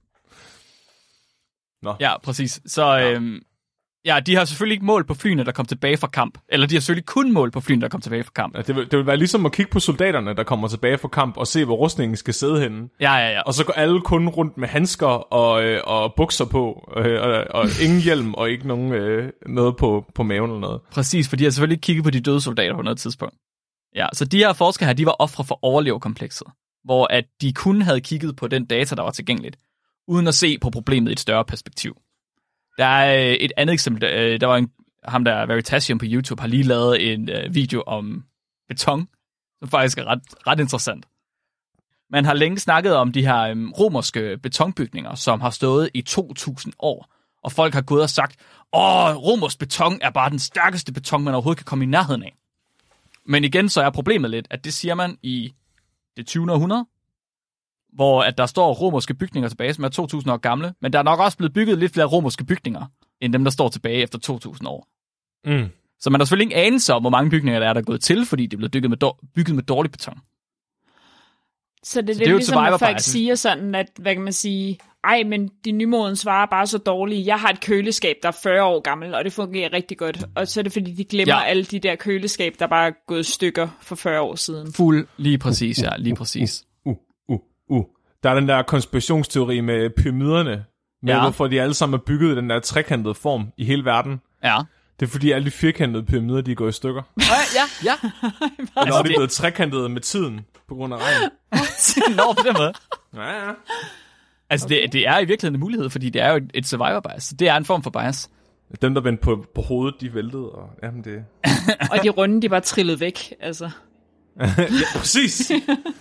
Nå. Ja, præcis. Så de har selvfølgelig ikke mål på flyene, der kom tilbage fra kamp. Eller de har selvfølgelig kun mål på flyene, der kom tilbage fra kamp. Ja, det vil være ligesom at kigge på soldaterne, der kommer tilbage fra kamp, og se, hvor rustningen skal sidde henne. Ja. Og så går alle kun rundt med handsker og bukser på, og ingen hjelm, og ikke nogen noget på maven eller noget. Præcis, for de har selvfølgelig ikke kigget på de døde soldater på noget tidspunkt. Ja, så de her forskere her, de var ofre for overleverkomplekset, hvor at de kun havde kigget på den data, der var tilgængeligt, uden at se på problemet i et større perspektiv. Der er et andet eksempel. Der var ham der Veritasium på YouTube har lige lavet en video om beton, som faktisk er ret interessant. Man har længe snakket om de her romerske betonbygninger, som har stået i 2000 år, og folk har gået og sagt, romersk beton er bare den stærkeste beton, man overhovedet kan komme i nærheden af. Men igen, så er problemet lidt, at det siger man i det 20. århundrede, hvor at der står romerske bygninger tilbage, som er 2000 år gamle, men der er nok også blevet bygget lidt flere romerske bygninger, end dem, der står tilbage efter 2000 år. Mm. Så man har selvfølgelig ingen anelse om, hvor mange bygninger der er gået til, fordi det er blevet bygget med dårlig beton. Så det er ligesom, at folk siger sådan, at, hvad kan man sige, men de nymodens varer er bare så dårlige. Jeg har et køleskab, der er 40 år gammel, og det fungerer rigtig godt. Og så er det, fordi de glemmer alle de der køleskab, der bare er gået i stykker for 40 år siden. Lige præcis, ja, lige præcis. Der er den der konspirationsteori med pyramiderne, med hvorfor de alle sammen er bygget i den der trekantede form i hele verden. Ja. Det er fordi alle de firkantede pyramider, de er gået i stykker. Ja. Og nu er de blevet trekantede med tiden, på grund af regn. Nå, på den måde. Ja. Altså, det er i virkeligheden en mulighed, fordi det er jo et survivor bias. Det er en form for bias. Dem, der vendte på hovedet, de væltede. Og, jamen det... og de runde, de bare trillede væk, altså. Ja, præcis.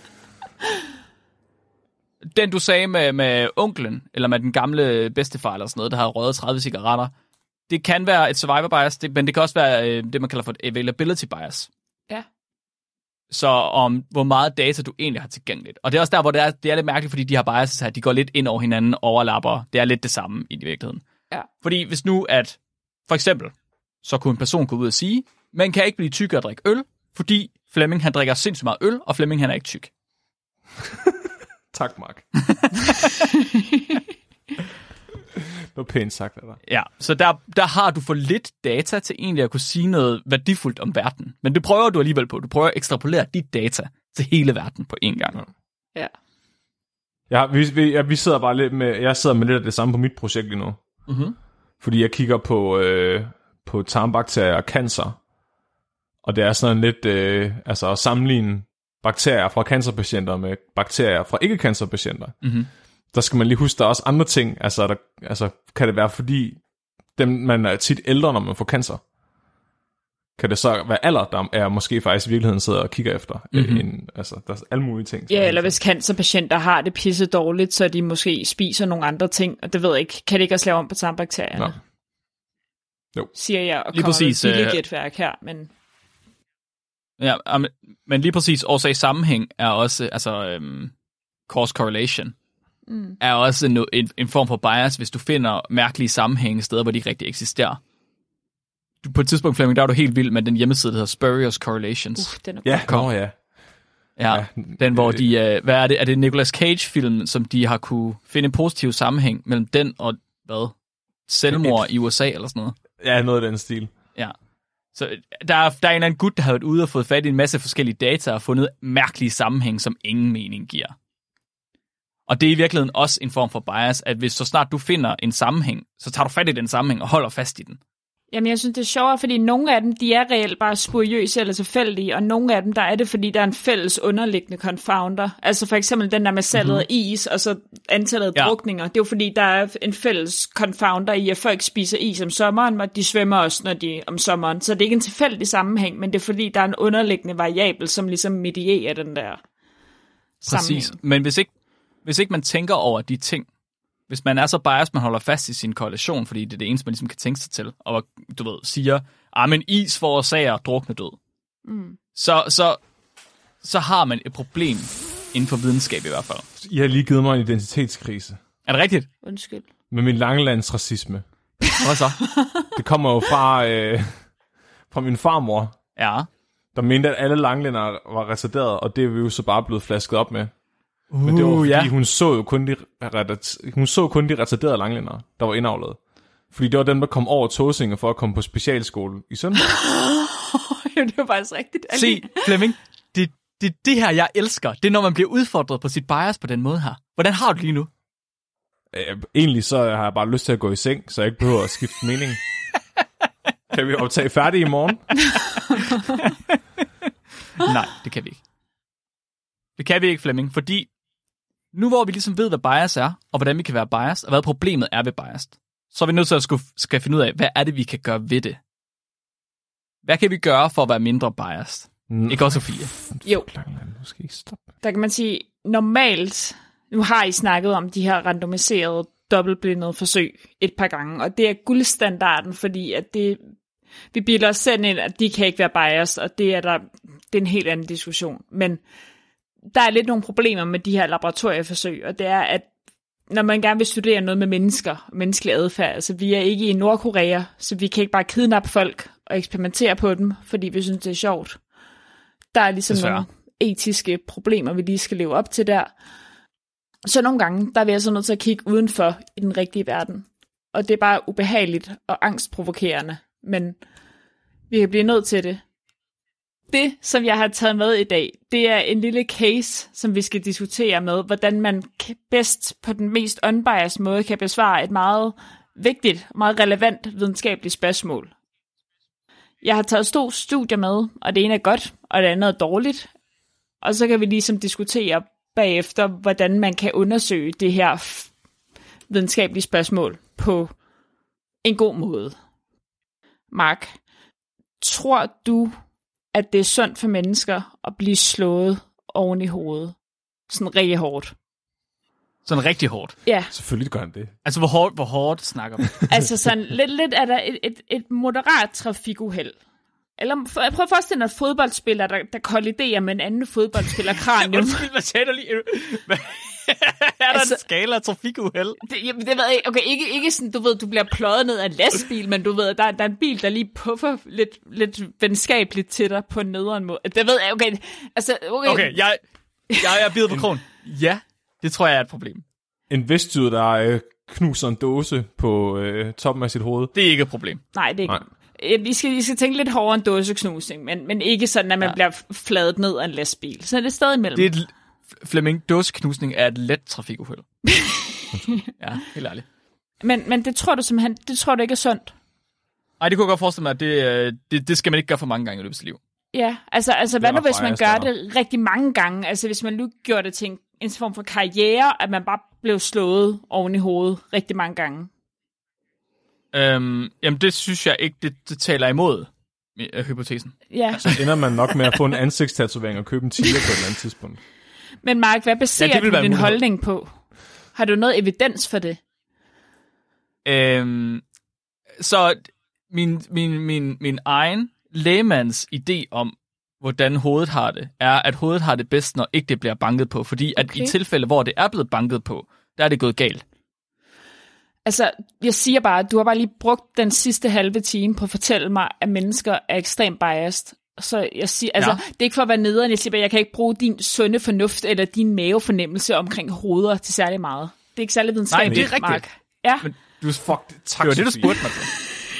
Den, du sagde med onklen, eller med den gamle bedstefar eller sådan noget, der har røget 30 cigaretter, det kan være et survivor bias, men det kan også være det, man kalder for et availability bias. Ja. Så om hvor meget data du egentlig har tilgængeligt. Og det er også der, hvor det er lidt mærkeligt, fordi de her biases her, de går lidt ind over hinanden, overlapper. Det er lidt det samme i virkeligheden. Ja. Fordi hvis nu at, for eksempel, så kunne en person gå ud og sige, man kan ikke blive tyk og drikke øl, fordi Flemming han drikker sindssygt meget øl, og Flemming han er ikke tyk. Tak, Mark. Det var pænt sagt af dig. Ja, så der har du for lidt data til egentlig at kunne sige noget værdifuldt om verden. Men det prøver du alligevel på. Du prøver at ekstrapolere dit data til hele verden på én gang. Ja. Ja, vi sidder bare lidt med... Jeg sidder med lidt af det samme på mit projekt lige nu. Mm-hmm. Fordi jeg kigger på tarmbakterier og cancer. Og det er sådan lidt... at sammenligne bakterier fra cancerpatienter med bakterier fra ikke-cancerpatienter. Mm-hmm. Der skal man lige huske, der er også andre ting. Kan det være, fordi man er tit ældre, når man får cancer? kan det så være alder, der er måske faktisk i virkeligheden sidder og kigger efter. Altså, der er alle mulige ting. Ja, eller hvis cancerpatienter har det pisse dårligt, så de måske spiser nogle andre ting, og det ved jeg ikke. Kan det ikke også lave om på tarmbakterierne? Nå. Jo. Siger jeg, og lige kommer præcis, med et billigt gætværk her, men... Ja, men lige præcis årsag-sammenhæng er også, cause correlation, er også en form for bias, hvis du finder mærkelige sammenhænge steder, hvor de ikke rigtig eksisterer. På et tidspunkt, Flemming, der var du helt vild med den hjemmeside, der hedder Spurious Correlations. Den er Ja, Ja, den hvor de, hvad er det? Er det Nicolas Cage-film, som de har kunne finde en positiv sammenhæng mellem den og, selvmord i USA eller sådan noget? Ja, noget af den stil. Ja. Så der er en eller anden gut, der har været ude og fået fat i en masse forskellige data og fundet mærkelige sammenhæng, som ingen mening giver. Og det er i virkeligheden også en form for bias, at hvis så snart du finder en sammenhæng, så tager du fat i den sammenhæng og holder fast i den. Jamen, jeg synes, det er sjovere, fordi nogle af dem, de er reelt bare spuriøse eller tilfældige, og nogle af dem, der er det, fordi der er en fælles underliggende confounder. Altså for eksempel den der med salget af is, og så antallet af drukninger. Det er jo fordi, der er en fælles confounder i, at folk spiser is om sommeren, og de svømmer også, når de om sommeren. Så det er ikke en tilfældig sammenhæng, men det er fordi, der er en underliggende variabel, som ligesom medierer den der sammenhæng. Præcis, men hvis ikke man tænker over de ting, hvis man er så biased, man holder fast i sin korrelation, fordi det er det eneste, man ligesom kan tænke sig til, og du ved, siger, men is forårsager druknedød, så har man et problem inden for videnskab i hvert fald. I har lige givet mig en identitetskrise. Er det rigtigt? Undskyld. Med min langelandsracisme. Hvad så? Det kommer jo fra min farmor, Ja. der mente, at alle langlænder var retarderede, og det er vi jo så bare blevet flasket op med. Men det var fordi, hun så kun de retarderede langlændere, der var indavlet. Fordi det var dem, der kom over Tåsinge for at komme på specialskole i Sønderborg. Det var faktisk rigtigt. Se, Flemming, det her, jeg elsker. Det er, når man bliver udfordret på sit bias på den måde her. Hvordan har du det lige nu? Egentlig så har jeg bare lyst til at gå i seng, så jeg ikke behøver at skifte mening. Kan vi optage færdig i morgen? Nej, det kan vi ikke. Det kan vi ikke, Flemming, fordi nu hvor vi ligesom ved, hvad bias er, og hvordan vi kan være biased, og hvad problemet er ved biased, så er vi nødt til at skal finde ud af, hvad er det, vi kan gøre ved det? Hvad kan vi gøre for at være mindre biased? Ikke også, Sofie? Jo. Der kan man sige, normalt, nu har I snakket om de her randomiserede, dobbeltblindede forsøg et par gange, og det er guldstandarden, fordi at vi bilder os selv ind, at de kan ikke være biased, og det er en helt anden diskussion. Men der er lidt nogle problemer med de her laboratorieforsøg, og det er, at når man gerne vil studere noget med mennesker, menneskelig adfærd, altså vi er ikke i Nordkorea, så vi kan ikke bare kidnappe folk og eksperimentere på dem, fordi vi synes, det er sjovt. Der er ligesom nogle etiske problemer, vi lige skal leve op til der. Så nogle gange, der er vi altså nødt til at kigge udenfor i den rigtige verden. Og det er bare ubehageligt og angstprovokerende, men vi kan blive nødt til det. Det, som jeg har taget med i dag, det er en lille case, som vi skal diskutere med, hvordan man bedst på den mest unbiased måde kan besvare et meget vigtigt, meget relevant videnskabeligt spørgsmål. Jeg har taget to studier med, og det ene er godt, og det andet er dårligt. Og så kan vi ligesom diskutere bagefter, hvordan man kan undersøge det her videnskabelige spørgsmål på en god måde. Mark, tror du, at det er sundt for mennesker at blive slået oven i hovedet? Sådan rigtig hårdt. Sådan rigtig hårdt? Ja. Selvfølgelig gør han det. Altså, hvor hårdt snakker vi? Altså sådan lidt er der et moderat trafikuheld. Eller prøv at forestille dig en fodboldspiller, der kolliderer med en anden fodboldspiller kranium. Undskyld, hvad sagde du lige? Er der en skala af trafikuheld? Det ved jeg ikke. Okay, ikke sådan, du ved, du bliver pløjet ned af en lastbil, men du ved, der er en bil, der lige puffer lidt venskabeligt til dig på en nederen måde. Det ved jeg, okay. Altså, okay, jeg bider på krogen. Ja, det tror jeg er et problem. En vestjyde, der knuser en dåse på toppen af sit hoved. Det er ikke et problem. Nej, det er ikke. I skal tænke lidt hårdere end dåseknusning, men ikke sådan, at man bliver fladet ned af en lastbil. Så er det stadig imellem. Flemming, dåseknusning er et let trafikuheld. Ja, helt ærligt. Men det tror du simpelthen, det tror du ikke er sundt? Nej, det kunne jeg godt forestille mig, at det skal man ikke gøre for mange gange i løbet af sit liv. Ja, altså hvad nu hvis man gør det rigtig mange gange? Altså hvis man nu gjorde det til en form for karriere, at man bare blev slået oven i hovedet rigtig mange gange? Jamen det synes jeg ikke, det taler imod hypotesen. Ja. Så ender man nok med at få en ansigtstatovering og købe en tiger på et eller andet tidspunkt. Men Mark, hvad baserer du din holdning på? Har du noget evidens for det? Så min egen lægemands idé om, hvordan hovedet har det, er, at hovedet har det bedst, når ikke det bliver banket på. Fordi at i tilfælde, hvor det er blevet banket på, der er det gået galt. Altså, jeg siger bare, at du har bare lige brugt den sidste halve time på at fortælle mig, at mennesker er ekstremt biased. Så jeg siger, altså, det er ikke for at være nederen, jeg siger bare, jeg kan ikke bruge din sunde fornuft eller din mavefornemmelse omkring hoveder til særlig meget. Det er ikke særlig videnskabeligt, Nej, det er rigtigt. Mark. Ja. Men tak, det var det, du spurgte mig til.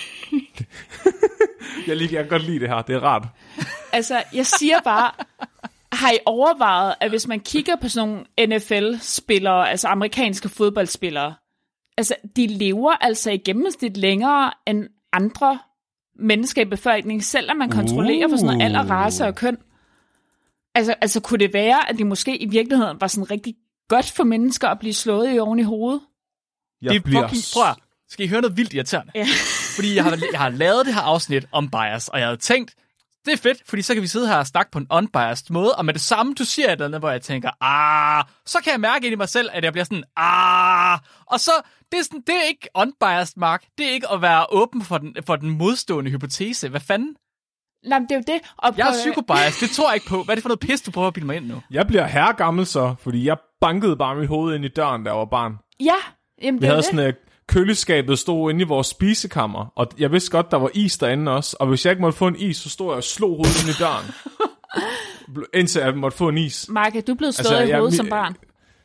Jeg kan godt lide det her, det er rart. Altså, jeg siger bare, har I overvejet, at hvis man kigger på sådan nogle NFL-spillere, altså amerikanske fodboldspillere, altså, de lever altså i gennemsnit længere end andre mennesker i befolkningen, selvom man kontrollerer for sådan noget alder, race og køn. Altså, kunne det være, at det måske i virkeligheden var sådan rigtig godt for mennesker at blive slået oven i hovedet? Prøv at, skal I høre noget vildt irriterende? Ja. Fordi jeg har lavet det her afsnit om bias, og jeg havde tænkt, det er fedt, fordi så kan vi sidde her og snakke på en unbiased måde, og med det samme, du siger et eller andet, hvor jeg tænker, så kan jeg mærke ind i mig selv, at jeg bliver sådan, og så, det er ikke unbiased, Mark. Det er ikke at være åben for den modstående hypotese. Hvad fanden? Nej, det er jo det. Jeg er psykobiased, det tror jeg ikke på. Hvad er det for noget pis, du prøver at bilde mig ind nu? Jeg bliver herregammel så, fordi jeg bankede bare mit hoved ind i døren, da jeg var barn. Ja, jamen det vi er havde det. sådan køleskabet stod inde i vores spisekammer, og jeg vidste godt, der var is derinde også, og hvis jeg ikke måtte få en is, så stod jeg og slog hovedet ind i døren. Indtil jeg måtte få en is. Mark, er du blevet slået i hovedet som barn?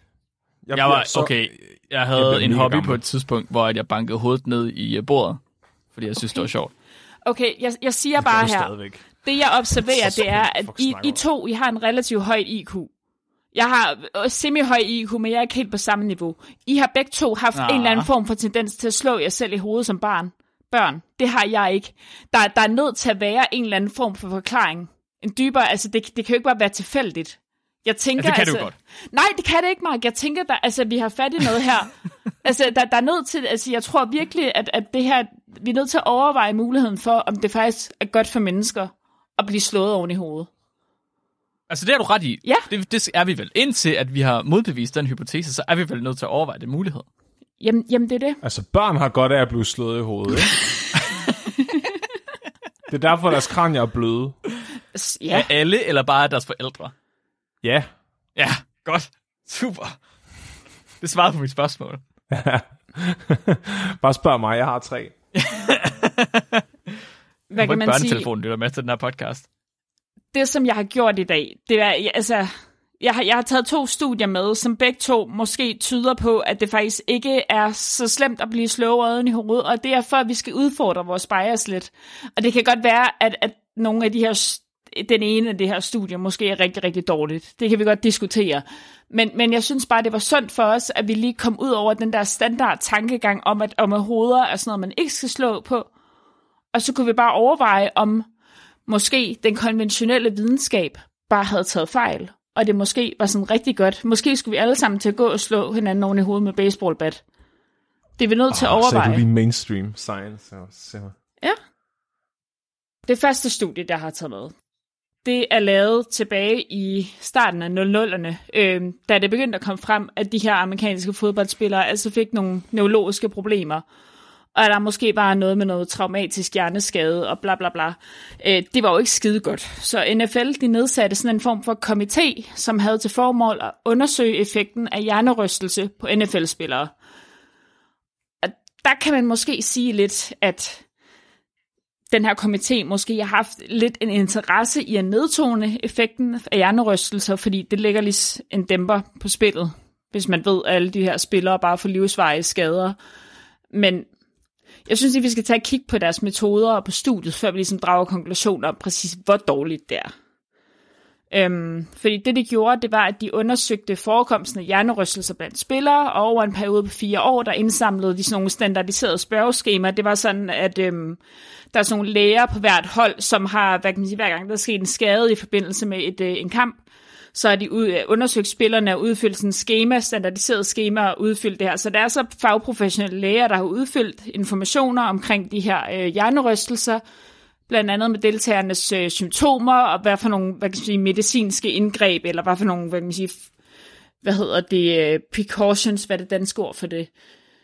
Jeg havde en hobby på et tidspunkt, hvor jeg bankede hovedet ned i bordet, fordi jeg synes, det var sjovt. Okay, jeg siger bare her, stadigvæk. Det jeg observerer, det er, at I to, I har en relativt højt IQ. Jeg har semi-høj IQ, men jeg er ikke helt på samme niveau. I har begge to haft en eller anden form for tendens til at slå jer selv i hovedet som børn. Det har jeg ikke. Der er nødt til at være en eller anden form for forklaring. En dybere, altså det kan jo ikke bare være tilfældigt. Jeg tænker, det kan du godt. Nej, det kan det ikke, Mark. Jeg tænker, vi har fat i noget her. Altså, der er nødt til, altså jeg tror virkelig, at det her, vi er nødt til at overveje muligheden for, om det faktisk er godt for mennesker at blive slået oven i hovedet. Altså, det er du ret i. Ja. Det er vi vel. Indtil at vi har modbevist den hypotese, så er vi vel nødt til at overveje det mulighed. Jamen, det er det. Altså, børn har godt af at blive slået i hovedet, ikke? Det er derfor, deres kranier er bløde. Ja. Er alle, eller bare deres forældre? Ja. Ja, godt. Super. Det svarede på mit spørgsmål. Bare spørg mig, jeg har 3. Hvad kan man sige? Børnetelefonen lytter med til den her podcast. Det, som jeg har gjort i dag, det er, altså, jeg har taget 2 studier med, som begge to måske tyder på, at det faktisk ikke er så slemt at blive slået i hovedet, og det er for, at vi skal udfordre vores bias lidt. Og det kan godt være, at nogle af de her, den ene af de her studier måske er rigtig, rigtig dårligt. Det kan vi godt diskutere. Men jeg synes bare, det var sundt for os, at vi lige kom ud over den der standard tankegang om, at hoveder er sådan noget, man ikke skal slå på. Og så kunne vi bare overveje, om måske den konventionelle videnskab bare havde taget fejl, og det måske var sådan rigtig godt. Måske skulle vi alle sammen til at gå og slå hinanden oven i hovedet med baseballbat. Det er vi nødt til at overveje. Så er du lige mainstream science. Ja. Det første studie, jeg har taget med, det er lavet tilbage i starten af 00'erne, da det begyndte at komme frem, at de her amerikanske fodboldspillere altså fik nogle neurologiske problemer, og der måske bare noget med noget traumatisk hjerneskade og bla bla bla. Det var jo ikke skide godt. Så NFL, de nedsatte sådan en form for komité, som havde til formål at undersøge effekten af hjernerystelse på NFL-spillere. Og der kan man måske sige lidt, at den her komité måske har haft lidt en interesse i at nedtone effekten af hjernerystelser, fordi det lægger lige en dæmper på spillet, hvis man ved, at alle de her spillere bare får livsvarige skader. Men jeg synes, at vi skal tage et kig på deres metoder og på studiet, før vi ligesom drager konklusioner om præcis, hvor dårligt det er. Fordi det, de gjorde, det var, at de undersøgte forekomsten af hjernerystelser blandt spillere, og over en periode på 4 år, der indsamlede de sådan nogle standardiserede spørgeskemaer. Det var sådan, at der er sådan nogle læger på hvert hold, som har, hvad kan man sige, hver gang der er sket en skade i forbindelse med en kamp, så har de undersøgt spillerne og udfyldt sådan en schema, standardiseret schema og udfyldt det her. Så der er så fagprofessionelle læger, der har udfyldt informationer omkring de her hjernerystelser. blandt andet med deltagernes symptomer, og hvad for nogle medicinske indgreb, eller hvad for nogle, precautions, hvad er det danske ord for det?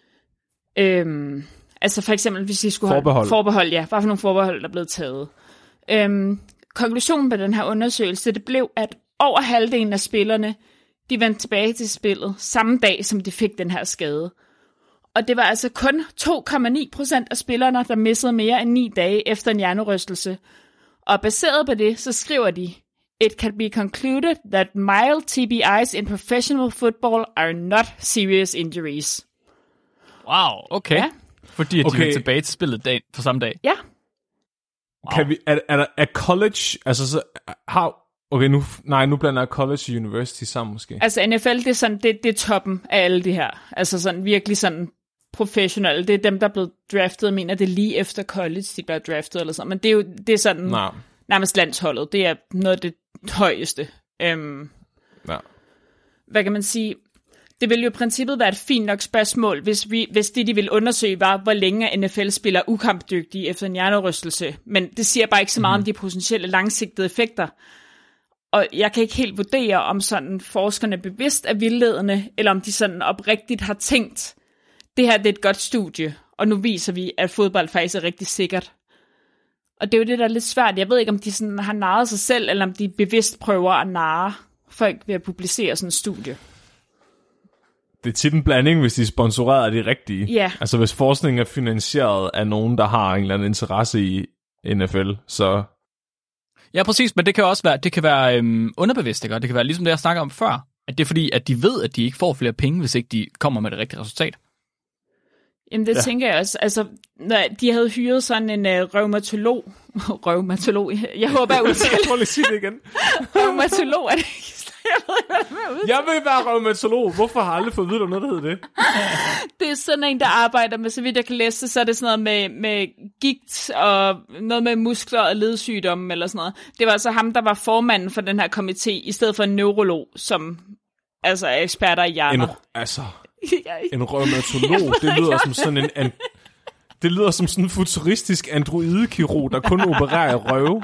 Altså for eksempel, hvis I skulle forbehold, ja, hvad for nogle forbehold, der er blevet taget. Konklusionen på den her undersøgelse, det blev, at over halvdelen af spillerne, de vendte tilbage til spillet samme dag, som de fik den her skade. Og det var altså kun 2,9% af spillerne, der missede mere end 9 dage efter en hjernerystelse. Og baseret på det, så skriver de, It can be concluded that mild TBIs in professional football are not serious injuries. Wow, okay. Ja. Fordi at de vendte tilbage til spillet på samme dag. Ja. Wow. Kan vi, er college, altså så har... Okay, nu blander jeg college og university sammen måske. Altså NFL, det er sådan, det er toppen af alle de her. Altså sådan virkelig sådan professionelle. Det er dem, der er blevet draftet. Jeg mener, det er lige efter college, de bliver draftet eller sådan. Men det er sådan nærmest landsholdet. Det er noget af det højeste. Hvad kan man sige? Det ville jo i princippet være et fint nok spørgsmål, hvis det, de ville undersøge, var, hvor længe NFL-spillere ukampdygtige efter en hjernerystelse. Men det siger bare ikke så meget om de potentielle langsigtede effekter. Og jeg kan ikke helt vurdere, om sådan forskerne bevidst er vildledende, eller om de sådan oprigtigt har tænkt, det her det er et godt studie, og nu viser vi, at fodbold faktisk er rigtig sikkert. Og det er jo det, der er lidt svært. Jeg ved ikke, om de sådan har narret sig selv, eller om de bevidst prøver at narre folk ved at publicere sådan et studie. Det er tit en blanding, hvis de er sponsoreret af de rigtige. Ja. Altså hvis forskningen er finansieret af nogen, der har en eller anden interesse i NFL, så... Ja, præcis, men det kan også være, det kan være underbevidst, ikke? Det kan være ligesom det, jeg snakker om før, at det er fordi, at de ved, at de ikke får flere penge, hvis ikke de kommer med det rigtige resultat. Jamen det tænker jeg også. Altså, de havde hyret sådan en reumatolog. Jeg håber, jeg udtaler. Prøv lige at sige det igen. Reumatolog er det ikke. Jeg vil være reumatolog. Hvorfor har jeg aldrig fået at vide, noget, der hedder det? Det er sådan en, der arbejder med, så vidt jeg kan læse, så er det sådan noget med gigt og noget med muskler og ledsygdomme eller sådan noget. Det var altså ham, der var formanden for den her komité, i stedet for en neurolog, som altså er eksperter i hjerner. En reumatolog, det lyder som sådan det lyder som sådan en futuristisk androidekirurg, der kun opererer i røve.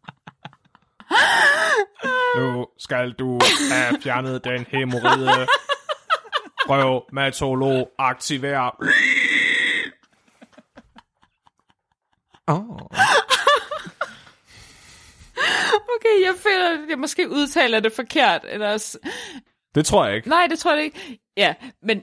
Nu skal du have fjernet den hæmoride. Reumatolog, aktiver. Okay, jeg føler, at jeg måske udtaler det forkert. Eller... Det tror jeg ikke. Nej, det tror jeg ikke. Ja, men...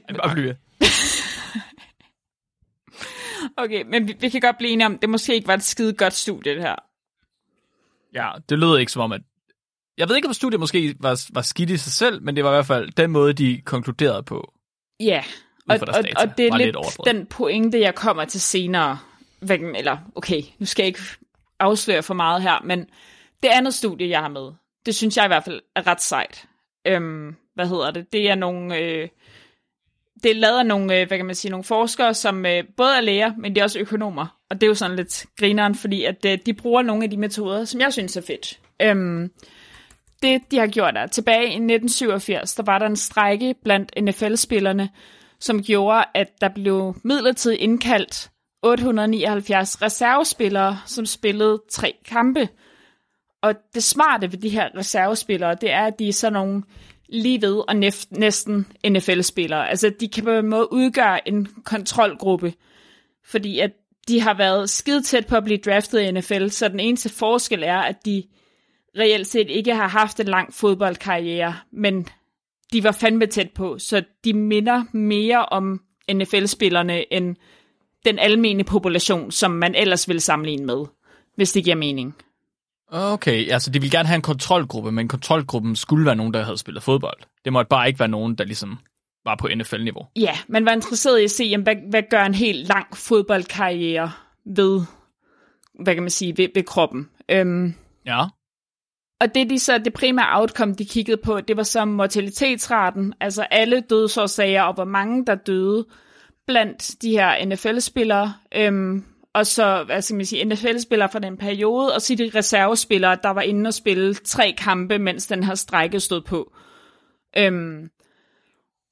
Okay, men vi kan godt blive enige om, det måske ikke var et skide godt studie, det her. Ja, det lød ikke som om, at... Jeg ved ikke, om studiet måske var skidt i sig selv, men det var i hvert fald den måde, de konkluderede på. Ja, og det er lidt den pointe, jeg kommer til senere. Eller, okay, nu skal jeg ikke afsløre for meget her, men det andet studie, jeg har med, det synes jeg i hvert fald er ret sejt. Det er nogle... Det er lavet af nogle, nogle forskere, som både er læger, men de er også økonomer. Og det er jo sådan lidt grineren, fordi at de bruger nogle af de metoder, som jeg synes er fedt. Det, de har gjort er, tilbage i 1987, der var der en strejke blandt NFL-spillerne, som gjorde, at der blev midlertidigt indkaldt 879 reservespillere, som spillede 3 kampe. Og det smarte ved de her reservespillere, det er, at de er sådan nogle lige ved og næsten NFL-spillere. Altså, de kan på en måde udgøre en kontrolgruppe, fordi at de har været skide tæt på at blive draftet i NFL, så den eneste forskel er, at de reelt set ikke har haft en lang fodboldkarriere, men de var fandme tæt på, så de minder mere om NFL-spillerne end den almene population, som man ellers vil sammenligne med, hvis det giver mening. Okay, altså de vil gerne have en kontrolgruppe, men kontrolgruppen skulle være nogen, der havde spillet fodbold. Det måtte bare ikke være nogen, der ligesom var på NFL-niveau. Ja, man var interesseret i at se, jamen, hvad gør en helt lang fodboldkarriere ved, ved kroppen. Ja. Og det primære outcome, de kiggede på, det var så mortalitetsraten, altså alle dødsårsager, og hvor mange der døde blandt de her NFL-spillere, og så NFL-spillere fra den periode, og så de reservespillere, der var inde og spille 3 kampe, mens den her strejke stod på.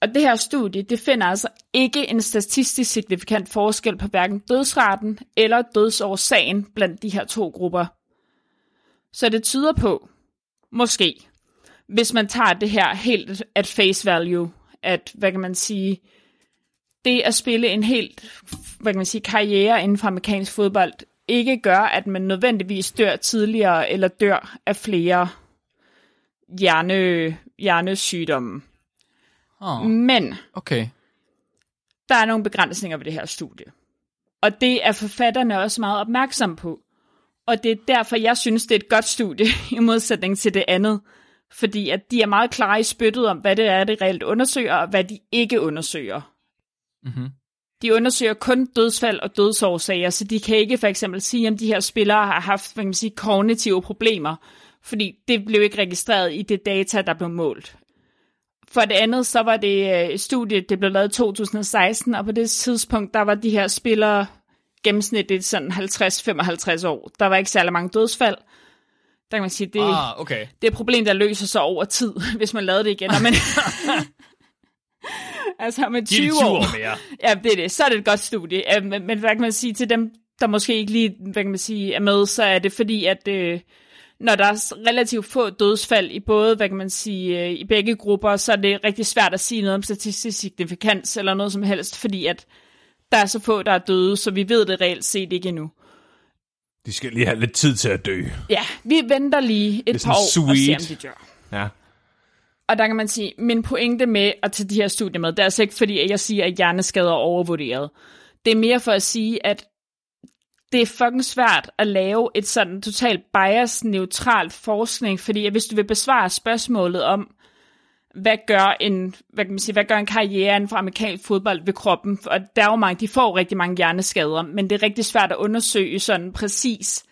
Og det her studie, det finder altså ikke en statistisk signifikant forskel på hverken dødsraten eller dødsårsagen blandt de her to grupper. Så det tyder på, måske, hvis man tager det her helt at face value, at, hvad kan man sige, det at spille en helt, hvad kan man sige, karriere inden for amerikansk fodbold, ikke gør, at man nødvendigvis dør tidligere, eller dør af flere hjernesygdomme. Men okay. Der er nogle begrænsninger ved det her studie. Og det er forfatterne også meget opmærksomme på. Og det er derfor, jeg synes, det er et godt studie, i modsætning til det andet. Fordi at de er meget klare i spyttet om, hvad det er, det reelt undersøger, og hvad de ikke undersøger. Mm-hmm. De undersøger kun dødsfald og dødsårsager, så de kan ikke for eksempel sige, om de her spillere har haft, hvad kan man sige, kognitive problemer. Fordi det blev ikke registreret i det data, der blev målt. For det andet, så var det et studie, det blev lavet i 2016, og på det tidspunkt, der var de her spillere gennemsnitligt sådan 50-55 år. Der var ikke særlig mange dødsfald. Der kan man sige, det er et problem, der løser sig over tid, hvis man lavede det igen. Men altså med 20 år mere. Ja, det er det. Så er det et godt studie. Men hvad kan man sige til dem, der måske ikke lige, hvad kan man sige, er med, så er det fordi, at når der er relativt få dødsfald i både, hvad kan man sige, i begge grupper, så er det rigtig svært at sige noget om statistisk signifikans eller noget som helst, fordi at der er så få, der er døde, så vi ved det reelt set ikke endnu. De skal lige have lidt tid til at dø. Ja, vi venter lige et par år og ser, om de dør. Ja. Og der kan man sige, min pointe med at tage de her studier med, det er altså ikke fordi, at jeg siger, at hjerneskader er overvurderet. Det er mere for at sige, at det er fucking svært at lave et sådan totalt bias-neutralt forskning, fordi hvis du vil besvare spørgsmålet om, hvad gør en karriere inden for amerikansk fodbold ved kroppen, og der er jo mange, de får rigtig mange hjerneskader, men det er rigtig svært at undersøge sådan præcis,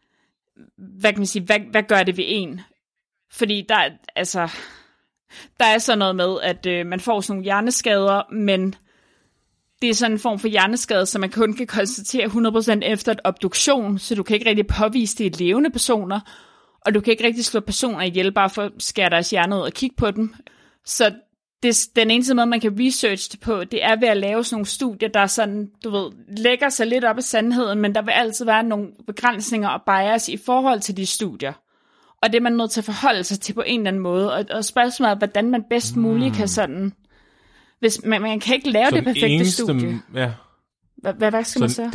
hvad gør det ved en? Fordi der er sådan noget med, at man får sådan nogle hjerneskader, men det er sådan en form for hjerneskade, som man kun kan konstatere 100% efter et obduktion, så du kan ikke rigtig påvise det i levende personer, og du kan ikke rigtig slå personer ihjel, bare for at skære deres hjerne ud og kigge på dem. Så den eneste måde, man kan researche det på, det er ved at lave sådan nogle studier, der sådan, lægger sig lidt op af sandheden, men der vil altid være nogle begrænsninger og bias i forhold til de studier. Og det er man nødt til at forholde sig til på en eller anden måde, og spørgsmålet er, hvordan man bedst muligt kan sådan... Hvis man kan ikke lave det perfekte studie. Ja. Hvad skal man så?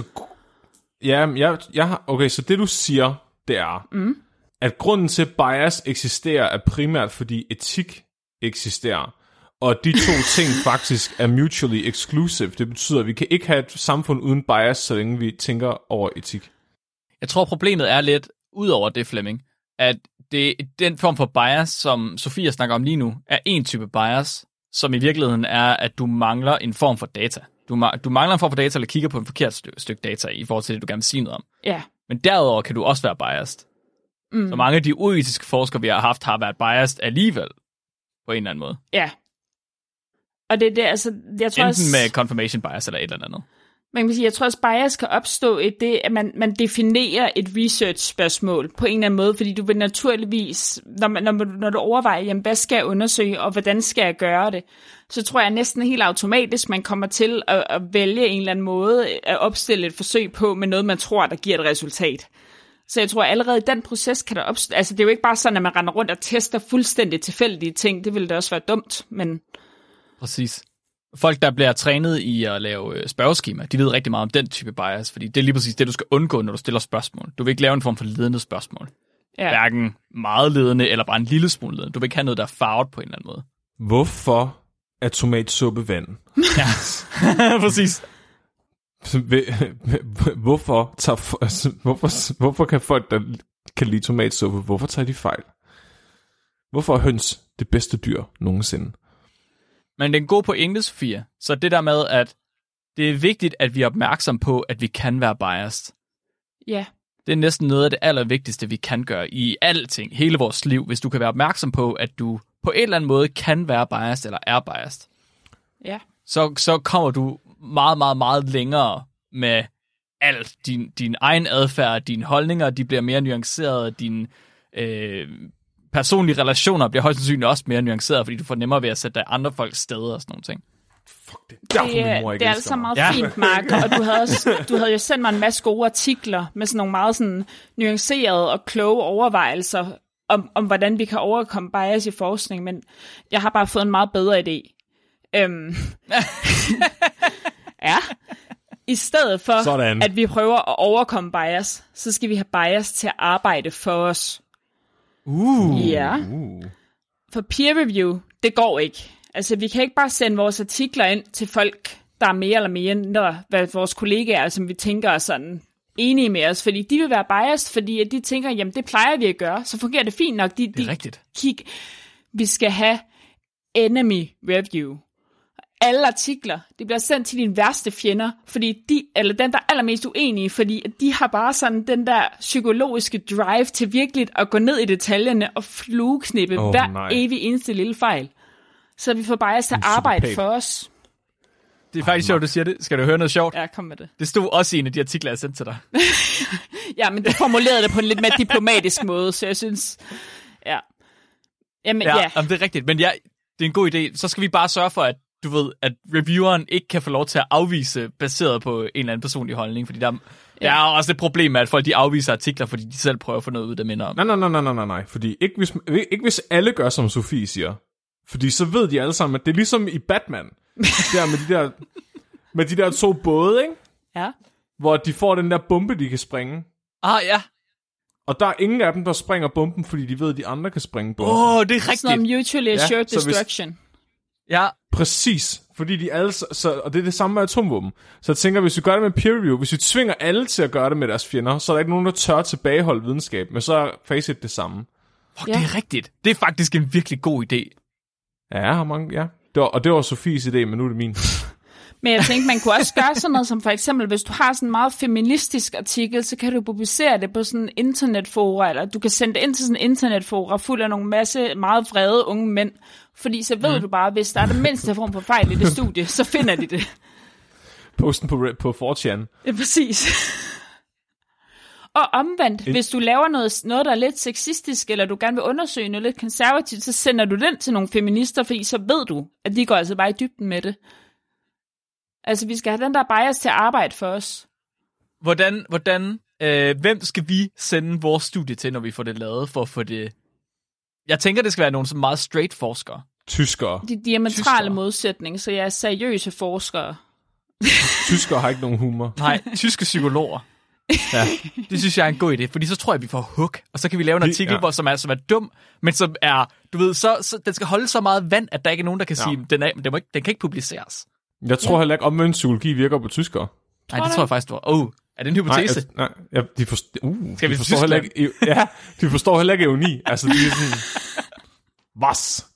Så det du siger, det er, at grunden til, at bias eksisterer, er primært fordi etik eksisterer. Og de to ting faktisk er mutually exclusive. Det betyder, at vi kan ikke have et samfund uden bias, så længe vi tænker over etik. Jeg tror, problemet er lidt, ud over det, Flemming, at den form for bias, som Sofia snakker om lige nu, er en type bias, som i virkeligheden er, at du mangler en form for data. Du mangler en form for data, eller kigger på et forkert stykke data, i forhold til det, du gerne vil sige noget om. Ja. Men derudover kan du også være biased. Så mange af de uetiske forskere, vi har haft, har været biased alligevel, på en eller anden måde. Ja. Og det er det, altså... Jeg tror enten også, med confirmation bias, eller et eller andet. Man kan sige, jeg tror også, bias kan opstå i det, at man definerer et research-spørgsmål på en eller anden måde, fordi du vil naturligvis, når du overvejer, jamen, hvad skal jeg undersøge, og hvordan skal jeg gøre det, så tror jeg næsten helt automatisk, man kommer til at vælge en eller anden måde at opstille et forsøg på, med noget, man tror, der giver et resultat. Så jeg tror, at allerede i den proces kan der opstå, altså det er jo ikke bare sådan, at man render rundt og tester fuldstændig tilfældige ting, det ville da også være dumt, men... Præcis. Folk, der bliver trænet i at lave spørgeskema, de ved rigtig meget om den type bias, fordi det er lige præcis det, du skal undgå, når du stiller spørgsmål. Du vil ikke lave en form for ledende spørgsmål. Ja. Hverken meget ledende, eller bare en lille smule ledende. Du vil ikke have noget, der er farvet på en eller anden måde. Hvorfor er tomatsuppe vand? Ja, præcis. Hvorfor kan folk, der kan lide tomatsuppe, hvorfor tager de fejl? Hvorfor er høns det bedste dyr nogensinde? Men det er en god pointe, Sofia. Så det der med, at det er vigtigt, at vi er opmærksom på, at vi kan være biased. Ja. Det er næsten noget af det allervigtigste, vi kan gøre i alting, hele vores liv, hvis du kan være opmærksom på, at du på en eller anden måde kan være biased eller er biased. Ja. Så kommer du meget, meget, meget længere med alt. Din egen adfærd, dine holdninger, de bliver mere nuancerede, din personlige relationer bliver højst sandsynligt også mere nuanceret, fordi du får nemmere ved at sætte dig andre folks steder og sådan nogle ting. Fuck, det er derfor, min mor ikke det er altså meget fint, Mark, og du havde jo sendt mig en masse gode artikler med sådan nogle meget sådan nuancerede og kloge overvejelser om hvordan vi kan overkomme bias i forskning, men jeg har bare fået en meget bedre idé. Ja. I stedet for, sådan, at vi prøver at overkomme bias, så skal vi have bias til at arbejde for os. Ja. For peer review, det går ikke. Altså, vi kan ikke bare sende vores artikler ind til folk, der er mere eller mindre vores kollegaer, som vi tænker er sådan enige med os, fordi de vil være biased, fordi at de tænker, jamen det plejer vi at gøre, så fungerer det fint nok. Det er rigtigt. Vi skal have enemy review. Alle artikler, det bliver sendt til dine værste fjender, fordi eller den, der er allermest uenige, fordi de har bare sådan den der psykologiske drive til virkelig at gå ned i detaljerne og flueknippe hver evig eneste lille fejl. Så vi får bias til at arbejde for os. Det er faktisk sjovt, du siger det. Skal du høre noget sjovt? Ja, kom med det. Det stod også i en af de artikler, jeg sendte til dig. Ja, men du formulerede det på en lidt mere diplomatisk måde, så jeg synes... Ja. Jamen, ja. Jamen, det er rigtigt. Men ja, det er en god idé. Så skal vi bare sørge for, at du ved, at revieweren ikke kan få lov til at afvise baseret på en eller anden personlig holdning, fordi der er også et problem med, at folk de afviser artikler, fordi de selv prøver at få noget ud, der minder om. Nej. Fordi ikke hvis alle gør, som Sofie siger. Fordi så ved de alle sammen, at det er ligesom i Batman. Der med de der 2 både, ikke? Ja. Hvor de får den der bombe, de kan springe. Ja. Og der er ingen af dem, der springer bomben, fordi de ved, at de andre kan springe bomben. Det er rigtigt. Sådan mutually assured destruction. Ja. Præcis. Fordi de alle... og det er det samme med atomvåben. Så jeg tænker, hvis vi gør det med peer review, hvis vi tvinger alle til at gøre det med deres fjender, så er der ikke nogen, der tør tilbageholde videnskab. Men så er facit det samme. Det er rigtigt. Det er faktisk en virkelig god idé. Ja, og det var Sofies idé, men nu er det min. Men jeg tænkte, man kunne også gøre sådan noget, som for eksempel, hvis du har sådan en meget feministisk artikel, så kan du publicere det på sådan en internetfora, eller du kan sende det ind til sådan en internetfora, fuld af nogle masse meget vrede unge mænd, fordi så ved du bare, hvis der er det mindste form for fejl i det studie, så finder de det. Posten på 4chan. Ja, præcis. Og omvendt, hvis du laver noget, der er lidt sexistisk, eller du gerne vil undersøge noget lidt konservativt, så sender du den til nogle feminister, fordi så ved du, at de går altså bare i dybden med det. Altså, vi skal have den der bias til at arbejde for os. Hvem skal vi sende vores studie til, når vi får det lavet, for at få det... Jeg tænker, det skal være nogle meget straight forskere. Tyskere. De diametrale modsætning, så jeg er seriøse forskere. Tyskere har ikke nogen humor. Nej, tyske psykologer. Ja, det synes jeg er en god idé, fordi så tror jeg, vi får hook, og så kan vi lave en artikel, som er dum, men som er, du ved, så den skal holde så meget vand, at der ikke er nogen, der kan sige, den kan ikke publiceres. Jeg tror heller ikke, omvendt psykologi virker på tyskere. Nej, det tror jeg faktisk, du var. Er det en hypotese? De forstår heller ikke, de forstår heller ikke ironi. Altså, de er sådan, was?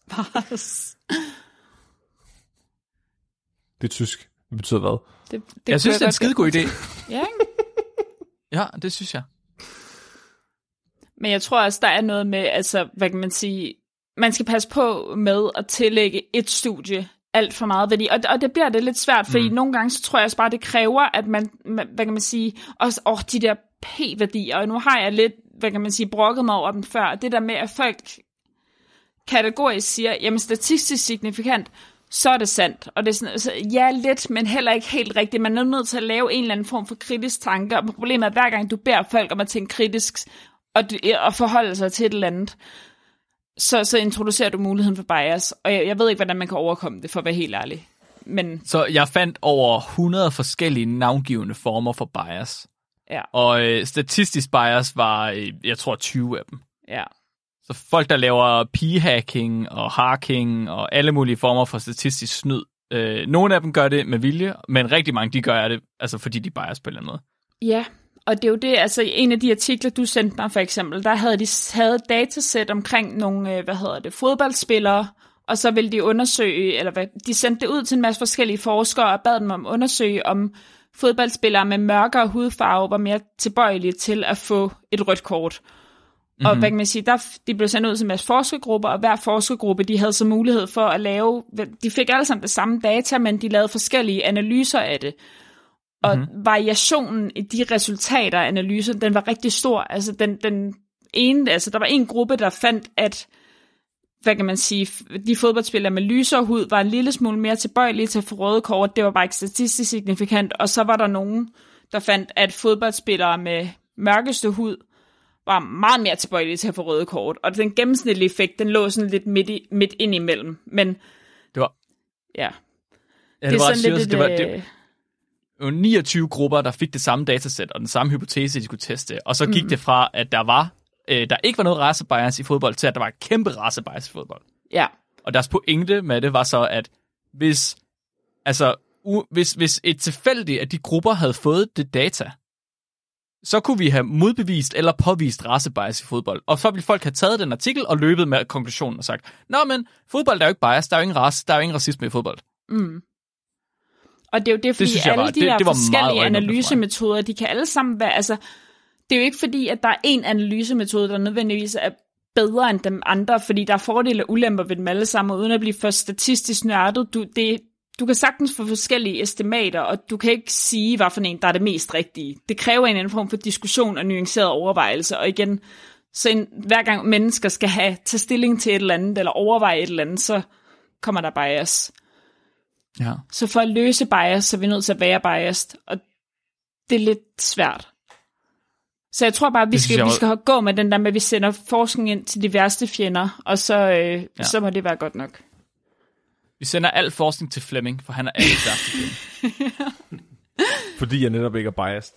Det er tysk. Det betyder hvad? Jeg synes, det er en skidegod idé. Ja, ja, det synes jeg. Men jeg tror også, der er noget med, altså, hvad kan man sige, man skal passe på med at tillægge et studie alt for meget værdi, og det bliver det lidt svært, fordi nogle gange, så tror jeg også bare, det kræver, at man hvad kan man sige, også de der p-værdier, og nu har jeg lidt, hvad kan man sige, brokket mig over dem før, det der med, at folk kategorisk siger, jamen statistisk signifikant, så er det sandt, og det er sådan, altså, ja, lidt, men heller ikke helt rigtigt, man er nødt til at lave en eller anden form for kritisk tanke, og problemet er, at hver gang du beder folk om at tænke kritisk, og forholde sig til et eller andet, så introducerer du muligheden for bias, og jeg ved ikke, hvordan man kan overkomme det, for at være helt ærlig. Men... Så jeg fandt over 100 forskellige navngivende former for bias. Ja. Og statistisk bias var, jeg tror, 20 af dem. Ja. Så folk, der laver p-hacking og hacking og alle mulige former for statistisk snyd, nogle af dem gør det med vilje, men rigtig mange, de gør det, altså fordi de bias på en eller anden måde. Ja, og det er jo det, altså en af de artikler, du sendte mig for eksempel, der havde de et datasæt omkring nogle, fodboldspillere, og så ville de undersøge, eller de sendte det ud til en masse forskellige forskere, og bad dem om at undersøge, om fodboldspillere med mørkere hudfarve var mere tilbøjelige til at få et rødt kort. Mm-hmm. Og hvad kan man sige, de blev sendt ud til en masse forskergrupper, og hver forskergruppe, de havde så mulighed for at lave, de fik alle sammen det samme data, men de lavede forskellige analyser af det. Og variationen i de resultater af analysen, den var rigtig stor. Altså der var en gruppe, der fandt, at hvad kan man sige, de fodboldspillere med lysere hud var en lille smule mere tilbøjelige til at få røde kort. Det var bare ikke statistisk signifikant. Og så var der nogen, der fandt, at fodboldspillere med mørkeste hud var meget mere tilbøjelige til at få røde kort. Og den gennemsnitlige effekt, den lå sådan lidt midt ind imellem. Men det var... Ja. Det var sådan lidt... Det var 29 grupper, der fik det samme datasæt og den samme hypotese, de skulle teste. Og så gik det fra, at der ikke var noget racebias i fodbold, til at der var et kæmpe racebias i fodbold. Ja. Og deres pointe med det var så, at hvis et tilfældigt, at de grupper havde fået det data, så kunne vi have modbevist eller påvist racebias i fodbold. Og så ville folk have taget den artikel og løbet med konklusionen og sagt, nå, men fodbold er jo ikke bias, der er jo ingen race, der er jo ingen racisme i fodbold. Mm. Og det er jo det, fordi alle de der forskellige analysemetoder, de kan alle sammen være, altså, det er jo ikke fordi, at der er en analysemetode, der nødvendigvis er bedre end dem andre, fordi der er fordele og ulemper ved dem alle sammen, uden at blive for statistisk nørdet. Du kan sagtens få forskellige estimater, og du kan ikke sige, hvad for en, der er det mest rigtige. Det kræver en anden form for diskussion og nuanceret overvejelse, og igen, hver gang mennesker skal tage stilling til et eller andet, eller overveje et eller andet, så kommer der bias. Ja. Så for at løse bias, så er vi nødt til at være biased, og det er lidt svært. Så jeg tror bare, at vi skal gå med den der med, at vi sender forskning ind til de værste fjender, og så må det være godt nok. Vi sender al forskning til Flemming, for han er alle værste fjender. Fordi jeg netop ikke er biased.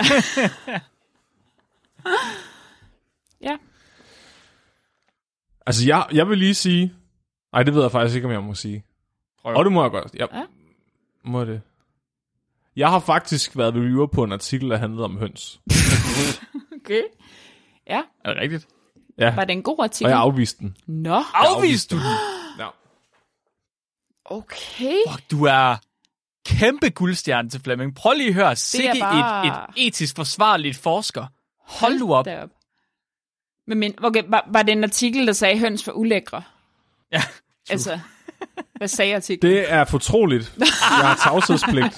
Ja. Altså, jeg vil lige sige... Ej, det ved jeg faktisk ikke, om jeg må sige. Og det må jeg godt. Må det. Jeg har faktisk været reviewer på en artikel, der handlede om høns. Okay. Ja. Er det rigtigt? Ja. Var det en god artikel? Og jeg afviste den. Nå. Afviste du den? Ja. Okay. Fuck, du er kæmpe guldstjerne til Flemming. Prøv lige at høre. Sikke bare... et etisk forsvarligt forsker. Hold du op. Men okay, var det en artikel, der sagde, høns var ulækre? Ja. Altså, hvad sagde artiklen? Det er fortroligt. Jeg har tavshedspligt.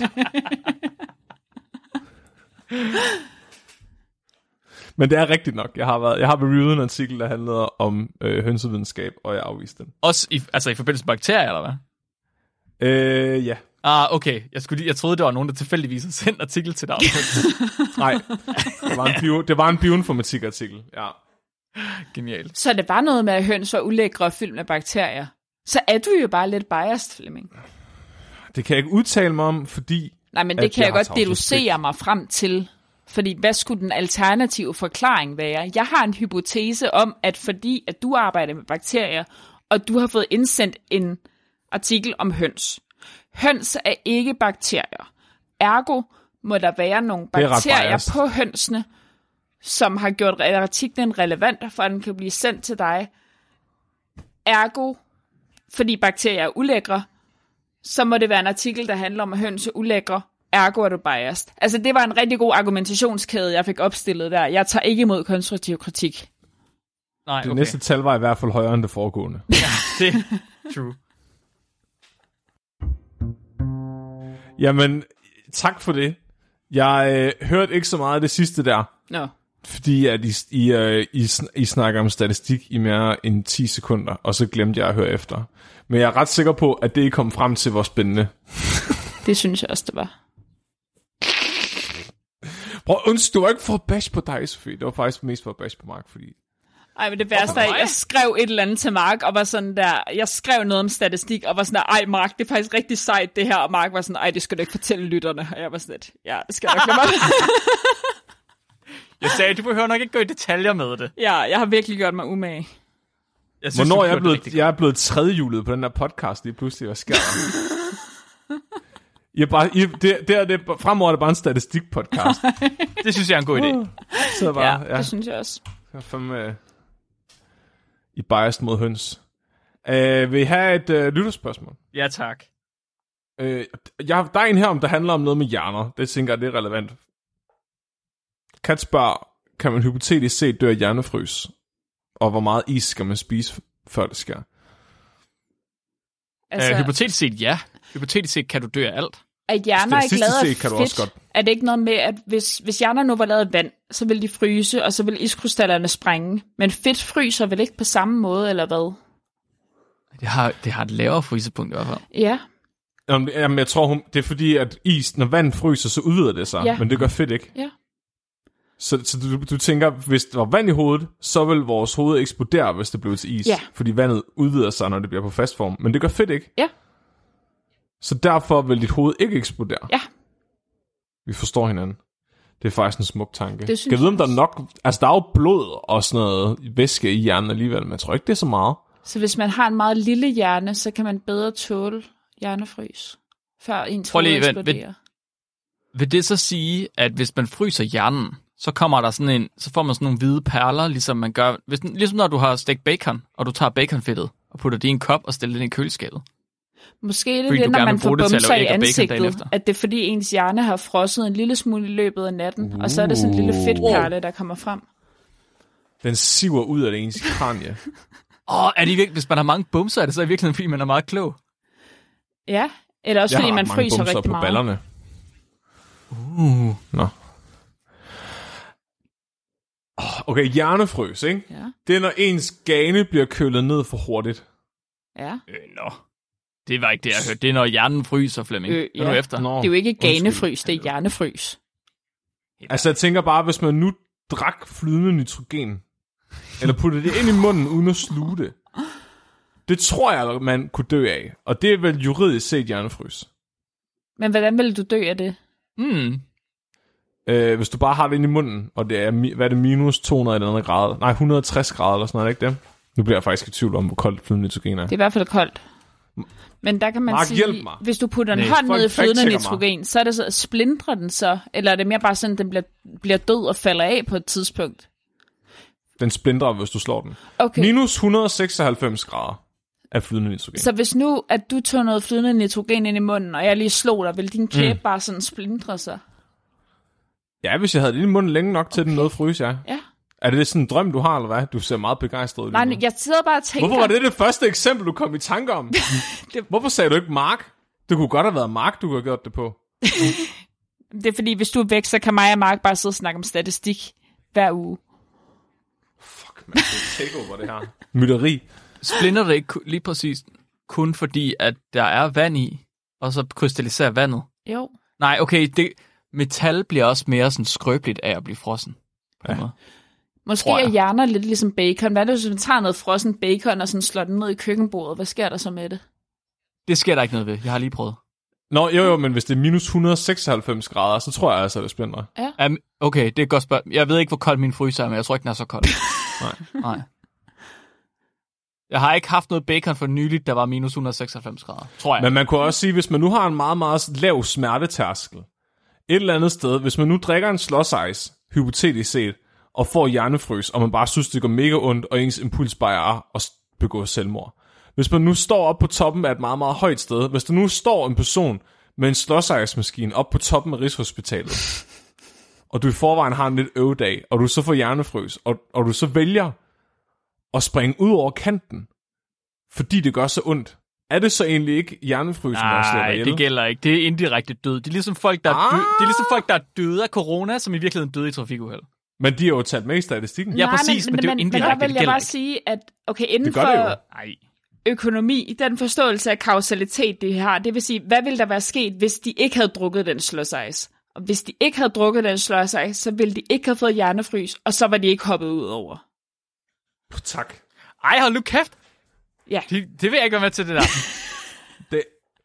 Men det er rigtigt nok. Jeg har reviewet en artikel, der handlede om hønsevidenskab, og jeg afviste den. Også i forbindelse med bakterier, eller hvad? Ja. Okay. Jeg troede, det var nogen, der tilfældigvis havde sendt artikel til dig. Nej, det var en bioinformatik-artikel, ja. Genialt. Så det var noget med, at høns var ulækre og fyldt med bakterier. Så er du jo bare lidt biased, Flemming. Det kan jeg ikke udtale mig om, fordi... Nej, men det kan jeg godt deducere mig frem til. Fordi hvad skulle den alternative forklaring være? Jeg har en hypotese om, at fordi at du arbejder med bakterier, og du har fået indsendt en artikel om høns. Høns er ikke bakterier. Ergo må der være nogle bakterier på hønsene, som har gjort artiklen relevant, for at den kan blive sendt til dig. Ergo, fordi bakterier er ulækre, så må det være en artikel, der handler om, at høns er ulækre. Ergo er du biased. Altså, det var en rigtig god argumentationskæde, jeg fik opstillet der. Jeg tager ikke imod konstruktiv kritik. Nej, okay. Det næste tal var i hvert fald højere end det foregående. Ja, det er true. Jamen, tak for det. Jeg hørte ikke så meget af det sidste der. Nå. Fordi at I snakker om statistik i mere end 10 sekunder, og så glemte jeg at høre efter. Men jeg er ret sikker på, at det I kom frem til var spændende. Det synes jeg også, det var. Prøv, du var ikke for at bash på dig, Sofie. Det var faktisk mest for at bash på Mark, fordi... Ej, men det værste er, jeg skrev et eller andet til Mark, og var sådan der... Jeg skrev noget om statistik, og var sådan der, ej Mark, det er faktisk rigtig sejt det her. Og Mark var sådan, ej, det skal du ikke fortælle lytterne. Og jeg var sådan lidt, ja, det skal jeg nok glemme. Jeg sagde, du behøver nok ikke gå i detaljer med det. Ja, jeg har virkelig gjort mig umage. Hvornår jeg er blevet tredjehjulet på den der podcast lige pludselig, hvad sker der? Fremover er det bare en statistik-podcast. Det synes jeg er en god idé. Så bare, ja, det synes jeg også. Jeg er fandme i biased mod høns. Vil I have et lytterspørgsmål? Ja, tak. Der er en her, der handler om noget med hjerner. Det tænker jeg, det er relevant. Kat spørger, kan man hypotetisk set dø af hjernefrys? Og hvor meget is skal man spise, før det sker? Altså... hypotetisk set, ja. Hypotetisk set kan du dø af alt. at hjerner er ikke lavet af kan du også fedt. godt. Er det ikke noget med, at hvis hjerner nu var lavet af vand, så ville de fryse, og så ville iskrystallerne sprænge. Men fedt fryser vel ikke på samme måde, eller hvad? Det har et lavere frysepunkt i hvert fald. Ja. Jamen, jeg tror, det er fordi, at når vand fryser, så udvider det sig. Ja. Men det gør fedt ikke. Ja. Så du tænker, hvis der var vand i hovedet, så vil vores hoved eksplodere, hvis det blev til is. Ja. Fordi vandet udvider sig, når det bliver på fast form. Men det gør fedt ikke. Ja. Så derfor vil dit hoved ikke eksplodere. Ja. Vi forstår hinanden. Det er faktisk en smuk tanke. Det synes jeg ved, om der jeg er nok... Altså, der er jo blod og sådan noget væske i hjernen alligevel, men jeg tror ikke, det er så meget. Så hvis man har en meget lille hjerne, så kan man bedre tåle hjernefrys, før ens hoved eksploderer. Vil det så sige, at hvis man fryser hjernen, så kommer der så får man sådan nogle hvide perler, ligesom man gør, ligesom når du har stegt bacon, og du tager baconfedtet og putter det i en kop og stiller det i køleskabet. Måske er det, når man får bumser i ansigtet, at det er fordi ens hjerne har frosset en lille smule i løbet af natten, og så er det sådan en lille fedtperle, der kommer frem. Den siver ud af det ens kranie. Er det virkelig, hvis man har mange bumser, er det så i virkeligheden, fordi man er meget klog? Ja, eller også fordi man fryser rigtig på meget. Ballerne. Nå. Okay, hjernefrys, ikke? Ja. Det er, når ens gane bliver kølet ned for hurtigt. Ja. Det var ikke det, jeg hørte. Det er, når hjernen fryser, Flemming. Ja. Efter. Det er jo ikke ganefrys, det er hjernefrys. Altså, jeg tænker bare, hvis man nu drak flydende nitrogen, eller puttede det ind i munden, uden at sluge det, det tror jeg, man kunne dø af. Og det er vel juridisk set hjernefrys. Men hvordan vil du dø af det? Hvis du bare har det inde i munden, og det er, hvad er det, minus 200 eller andet grader? Nej, 160 grader eller sådan noget, ikke det? Nu bliver jeg faktisk i tvivl om, hvor koldt flydende nitrogen er. Det er i hvert fald koldt. Men der kan man Mark, sige, hvis du putter en hånd ned i flydende nitrogen, så er det så, splintrer den så, eller er det mere bare sådan, at den bliver død og falder af på et tidspunkt? Den splintrer, hvis du slår den. Okay. Minus 196 grader af flydende nitrogen. Så hvis nu, at du tog noget flydende nitrogen ind i munden, og jeg lige slog dig, vil din kæbe bare sådan splintre sig? Ja, hvis jeg havde det i munden længe nok til den noget fryse, ja. Ja. Er det sådan en drøm, du har, eller hvad? Du ser meget begejstret ud. Nej, jeg sidder bare og tænker... Hvorfor var det første eksempel, du kom i tanke om? Hvorfor sagde du ikke Mark? Det kunne godt have været Mark, du kunne have gjort det på. Det er fordi, hvis du er væk, så kan mig og Mark bare sidde og snakke om statistik hver uge. Fuck, man. Det er takeover, det her. Mytteri. Splinter det ikke lige præcis kun fordi, at der er vand i, og så krystalliserer vandet? Jo. Nej, okay, metal bliver også mere sådan skrøbeligt af at blive frossen. Ja. Måske er hjerner lidt ligesom bacon. Hvad er det, hvis man tager noget frossen bacon og sådan slår den ned i køkkenbordet? Hvad sker der så med det? Det sker der ikke noget ved. Jeg har lige prøvet. Nå, jo, men hvis det er minus 196 grader, så tror jeg altså, det splinter. Ja. Okay, det er et godt spørgsmål. Jeg ved ikke, hvor kold min fryser er, men jeg tror ikke, den er så kold. Nej. Jeg har ikke haft noget bacon for nyligt, der var minus 196 grader, tror jeg. Men man kunne også sige, hvis man nu har en meget, meget lav smertetærskel, et eller andet sted, hvis man nu drikker en slåsejs, hypotetisk set, og får hjernefrys, og man bare synes, det går mega ondt, og ens impuls bare er at begå selvmord. Hvis man nu står op på toppen af et meget, meget højt sted, hvis der nu står en person med en slåsejsmaskine op på toppen af Rigshospitalet, og du i forvejen har en lidt øvedag, og du så får hjernefrys, og du så vælger at springe ud over kanten, fordi det gør så ondt, er det så egentlig ikke hjernefrysen, der slår dig ihjel? Det gælder ikke. Det er indirekte død. Det er ligesom folk, der er døde af corona, som i virkeligheden døde i trafikuheld. Men de har jo taget med i statistikken. Ja, præcis, men det er jo indirekte. Men der vil jeg bare sige, at okay, inden for økonomi, den forståelse af kausalitet, de har, det vil sige, hvad ville der være sket, hvis de ikke havde drukket den slåsejs? Og hvis de ikke havde drukket den slåsejs, så ville de ikke have fået hjernefrys, og så var de ikke hoppet ud over. Tak. Ej, hold nu kæft. Ja. Det vil jeg ikke være med til, det der. Det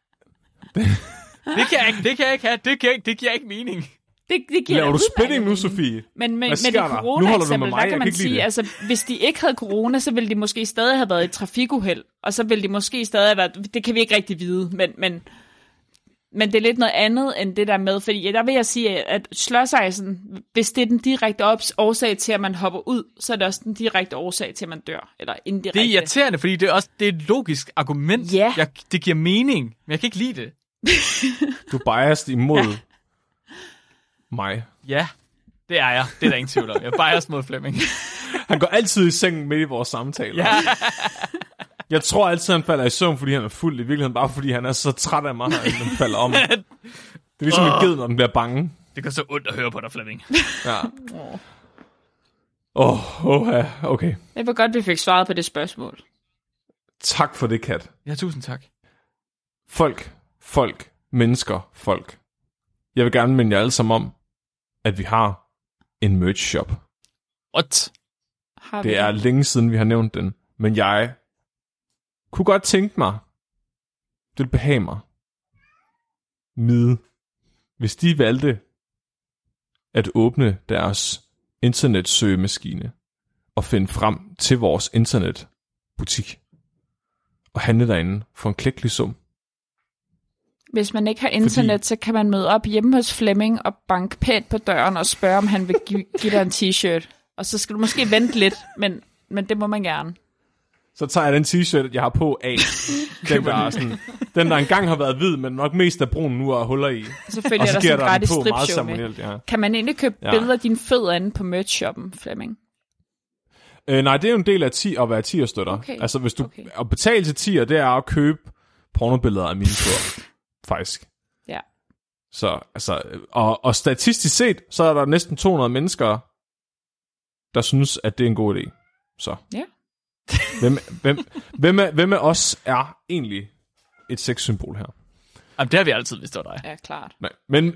kan jeg ikke have. Det giver ikke mening. Det giver laver du spænding nu, Sofie? Men med det corona-eksempel, der kan man sige, altså, hvis de ikke havde corona, så ville de måske stadig have været i trafikuheld, og så ville de måske stadig have været, det kan vi ikke rigtig vide, men det er lidt noget andet end det der med, fordi der vil jeg sige, at slåsejsen, hvis det er den direkte årsag til, at man hopper ud, så er det også den direkte årsag til, at man dør, eller indirekte. Det er irriterende, fordi det er et logisk argument. Ja. Det giver mening, men jeg kan ikke lide det. Du er biased imod mig. Ja, det er jeg. Det er der ingen tvivl om. Jeg er biased mod Flemming. Han går altid i sengen midt i vores samtaler. Ja. Jeg tror altid, han falder i søvn, fordi han er fuld. I virkeligheden bare, fordi han er så træt af mig, at han falder om. Det er ligesom en ged, når den bliver bange. Det gør så ondt at høre på dig, Flemming. Ja. Okay. Det var godt, vi fik svaret på det spørgsmål. Tak for det, Kat. Ja, tusind tak. Folk, mennesker. Jeg vil gerne minde jer alle sammen om, at vi har en merch shop. What? Det er længe siden, vi har nævnt den. Men jeg kunne godt tænke mig, det vil behage mig, hvis de valgte at åbne deres internetsøgemaskine og finde frem til vores internetbutik og handle derinde for en klækkelig sum. Hvis man ikke har internet, så kan man møde op hjemme hos Flemming og banke pænt på døren og spørge, om han vil give dig en t-shirt. Og så skal du måske vente lidt, men det må man gerne. Så tager jeg den t-shirt, jeg har på af. Den der engang har været hvid, men nok mest af brun nu og huller i. Selvfølgelig og så er der sådan en gratis stripshow med. Ja. Kan man egentlig købe billeder af dine fødder inde på merch-shoppen, Flemming? Nej, det er jo en del af at være 10'er-støtter. Okay. Altså, hvis du at betale til 10'er, det er at købe pornobilleder af mine fødder. Faktisk. Ja. Så, altså, og statistisk set, så er der næsten 200 mennesker, der synes, at det er en god idé. Så. Ja. Hvem af os er egentlig et sexsymbol her? Jamen, det har vi altid vidst, det var dig. Ja, klart. Nej. Men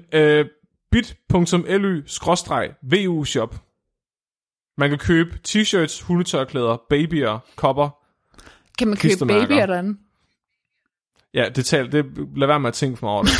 bit.ly/vu shop. Man kan købe t-shirts, hundetørklæder, babyer, kopper. Kan man købe babyer derinde? Ja, lad være med at tænke for mig over det.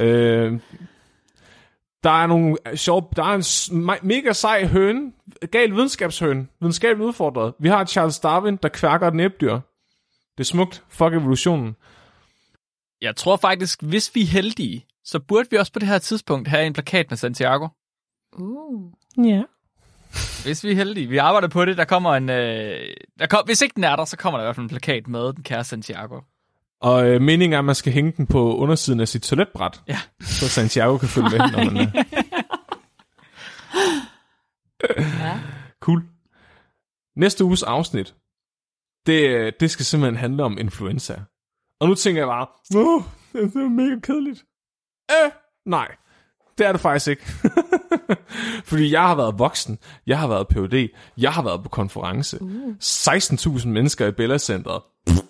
Der er nogle sjove, der er en mega sej høne, gal videnskabshøne, videnskabeligt udfordret. Vi har Charles Darwin, der kværker et næbdyr. Det er smukt. Fuck evolutionen. Jeg tror faktisk, hvis vi er heldige, så burde vi også på det her tidspunkt have en plakat med Santiago. Ja. Hvis vi er heldige. Vi arbejder på det. Der kommer en... hvis ikke den er der, så kommer der i hvert fald en plakat med den kære Santiago. Og meningen er, at man skal hænge den på undersiden af sit toiletbræt. Ja. Så Santiago kan følge med, når man Ja. Cool. Næste uges afsnit, det skal simpelthen handle om influenza. Og nu tænker jeg bare, det er mega kedeligt. Nej, det er det faktisk ikke. Fordi jeg har været voksen, jeg har været Ph.D., jeg har været på konference. 16.000 mennesker i Bella Centeret.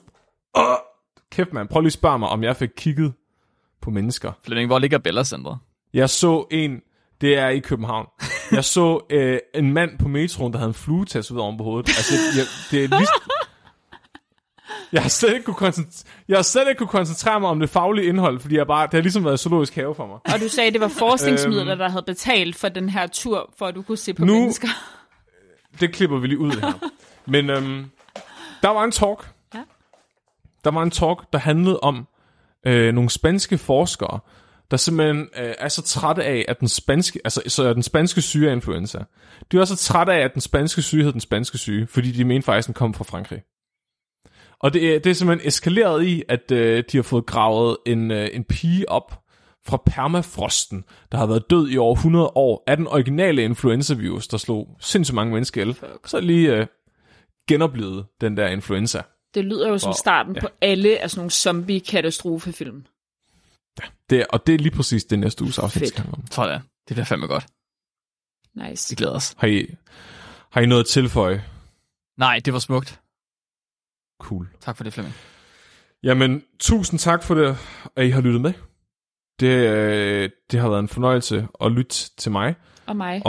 Kæft mand, prøv lige at spørge mig, om jeg fik kigget på mennesker. Flemming, hvor ligger Bella Centeret? Jeg så det er i København. Jeg så en mand på metroen, der havde en flue tatoveret oven på hovedet. Altså, det er lige... Jeg har slet ikke kunne koncentrere mig om det faglige indhold, fordi det har ligesom været zoologisk have for mig. Og du sagde, det var forskningsmidler, der havde betalt for den her tur, for at du kunne se på mennesker. Det klipper vi lige ud her. Men der var en talk. Ja. Der var en talk, der handlede om nogle spanske forskere, der simpelthen er så trætte af, at den spanske syge er influenza. De er også så trætte af, at den spanske syge hed den spanske syge, fordi de mente faktisk, den kom fra Frankrig. Og det er simpelthen eskaleret i, at de har fået gravet en pige op fra permafrosten, der har været død i over 100 år, af den originale influenza-virus, der slog sindssygt mange mennesker ihjel. Så lige genoplevet den der influenza. Det lyder jo som starten på alle af sådan nogle zombie-katastrofefilm. Ja, og det er lige præcis det næste uges afsnit. Tror jeg. Det bliver fandme godt. Nice. Vi glæder os. Har I noget at tilføje? Nej, det var smukt. Cool. Tak for det, Flemming. Jamen, tusind tak for det, at I har lyttet med. Det har været en fornøjelse at lytte til mig. Og mig.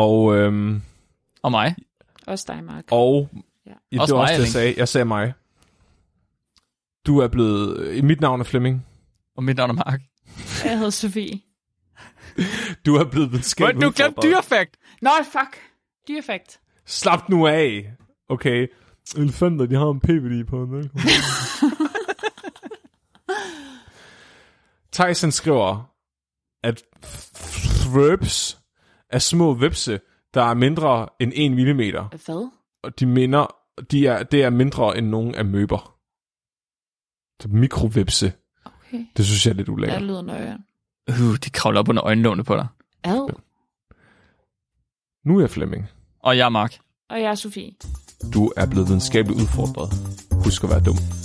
Og mig. Også dig, Mark. Og det var også det, jeg sagde. Jeg sagde mig. Du er blevet... Mit navn er Flemming. Og mit navn er Mark. Jeg hedder Sofie. Du er blevet videnskabeligt udfordret. Du glemte dyrefakt. Nå, fuck. Dyrefakt. Slap nu af. Okay. Elefanter, de har en PVD på. Tyson skriver, at thrips er små vepse, der er mindre end 1 millimeter. Hvad? Og det er mindre end nogen amøber. Det er mikrovepse. Okay. Det synes jeg er lidt ulækkert. Det lyder nøje. De kravler op under øjenlågene på dig. Nu er jeg Flemming. Og jeg er Mark. Og jeg er Sofie. Du er blevet videnskabeligt udfordret. Husk at være dum.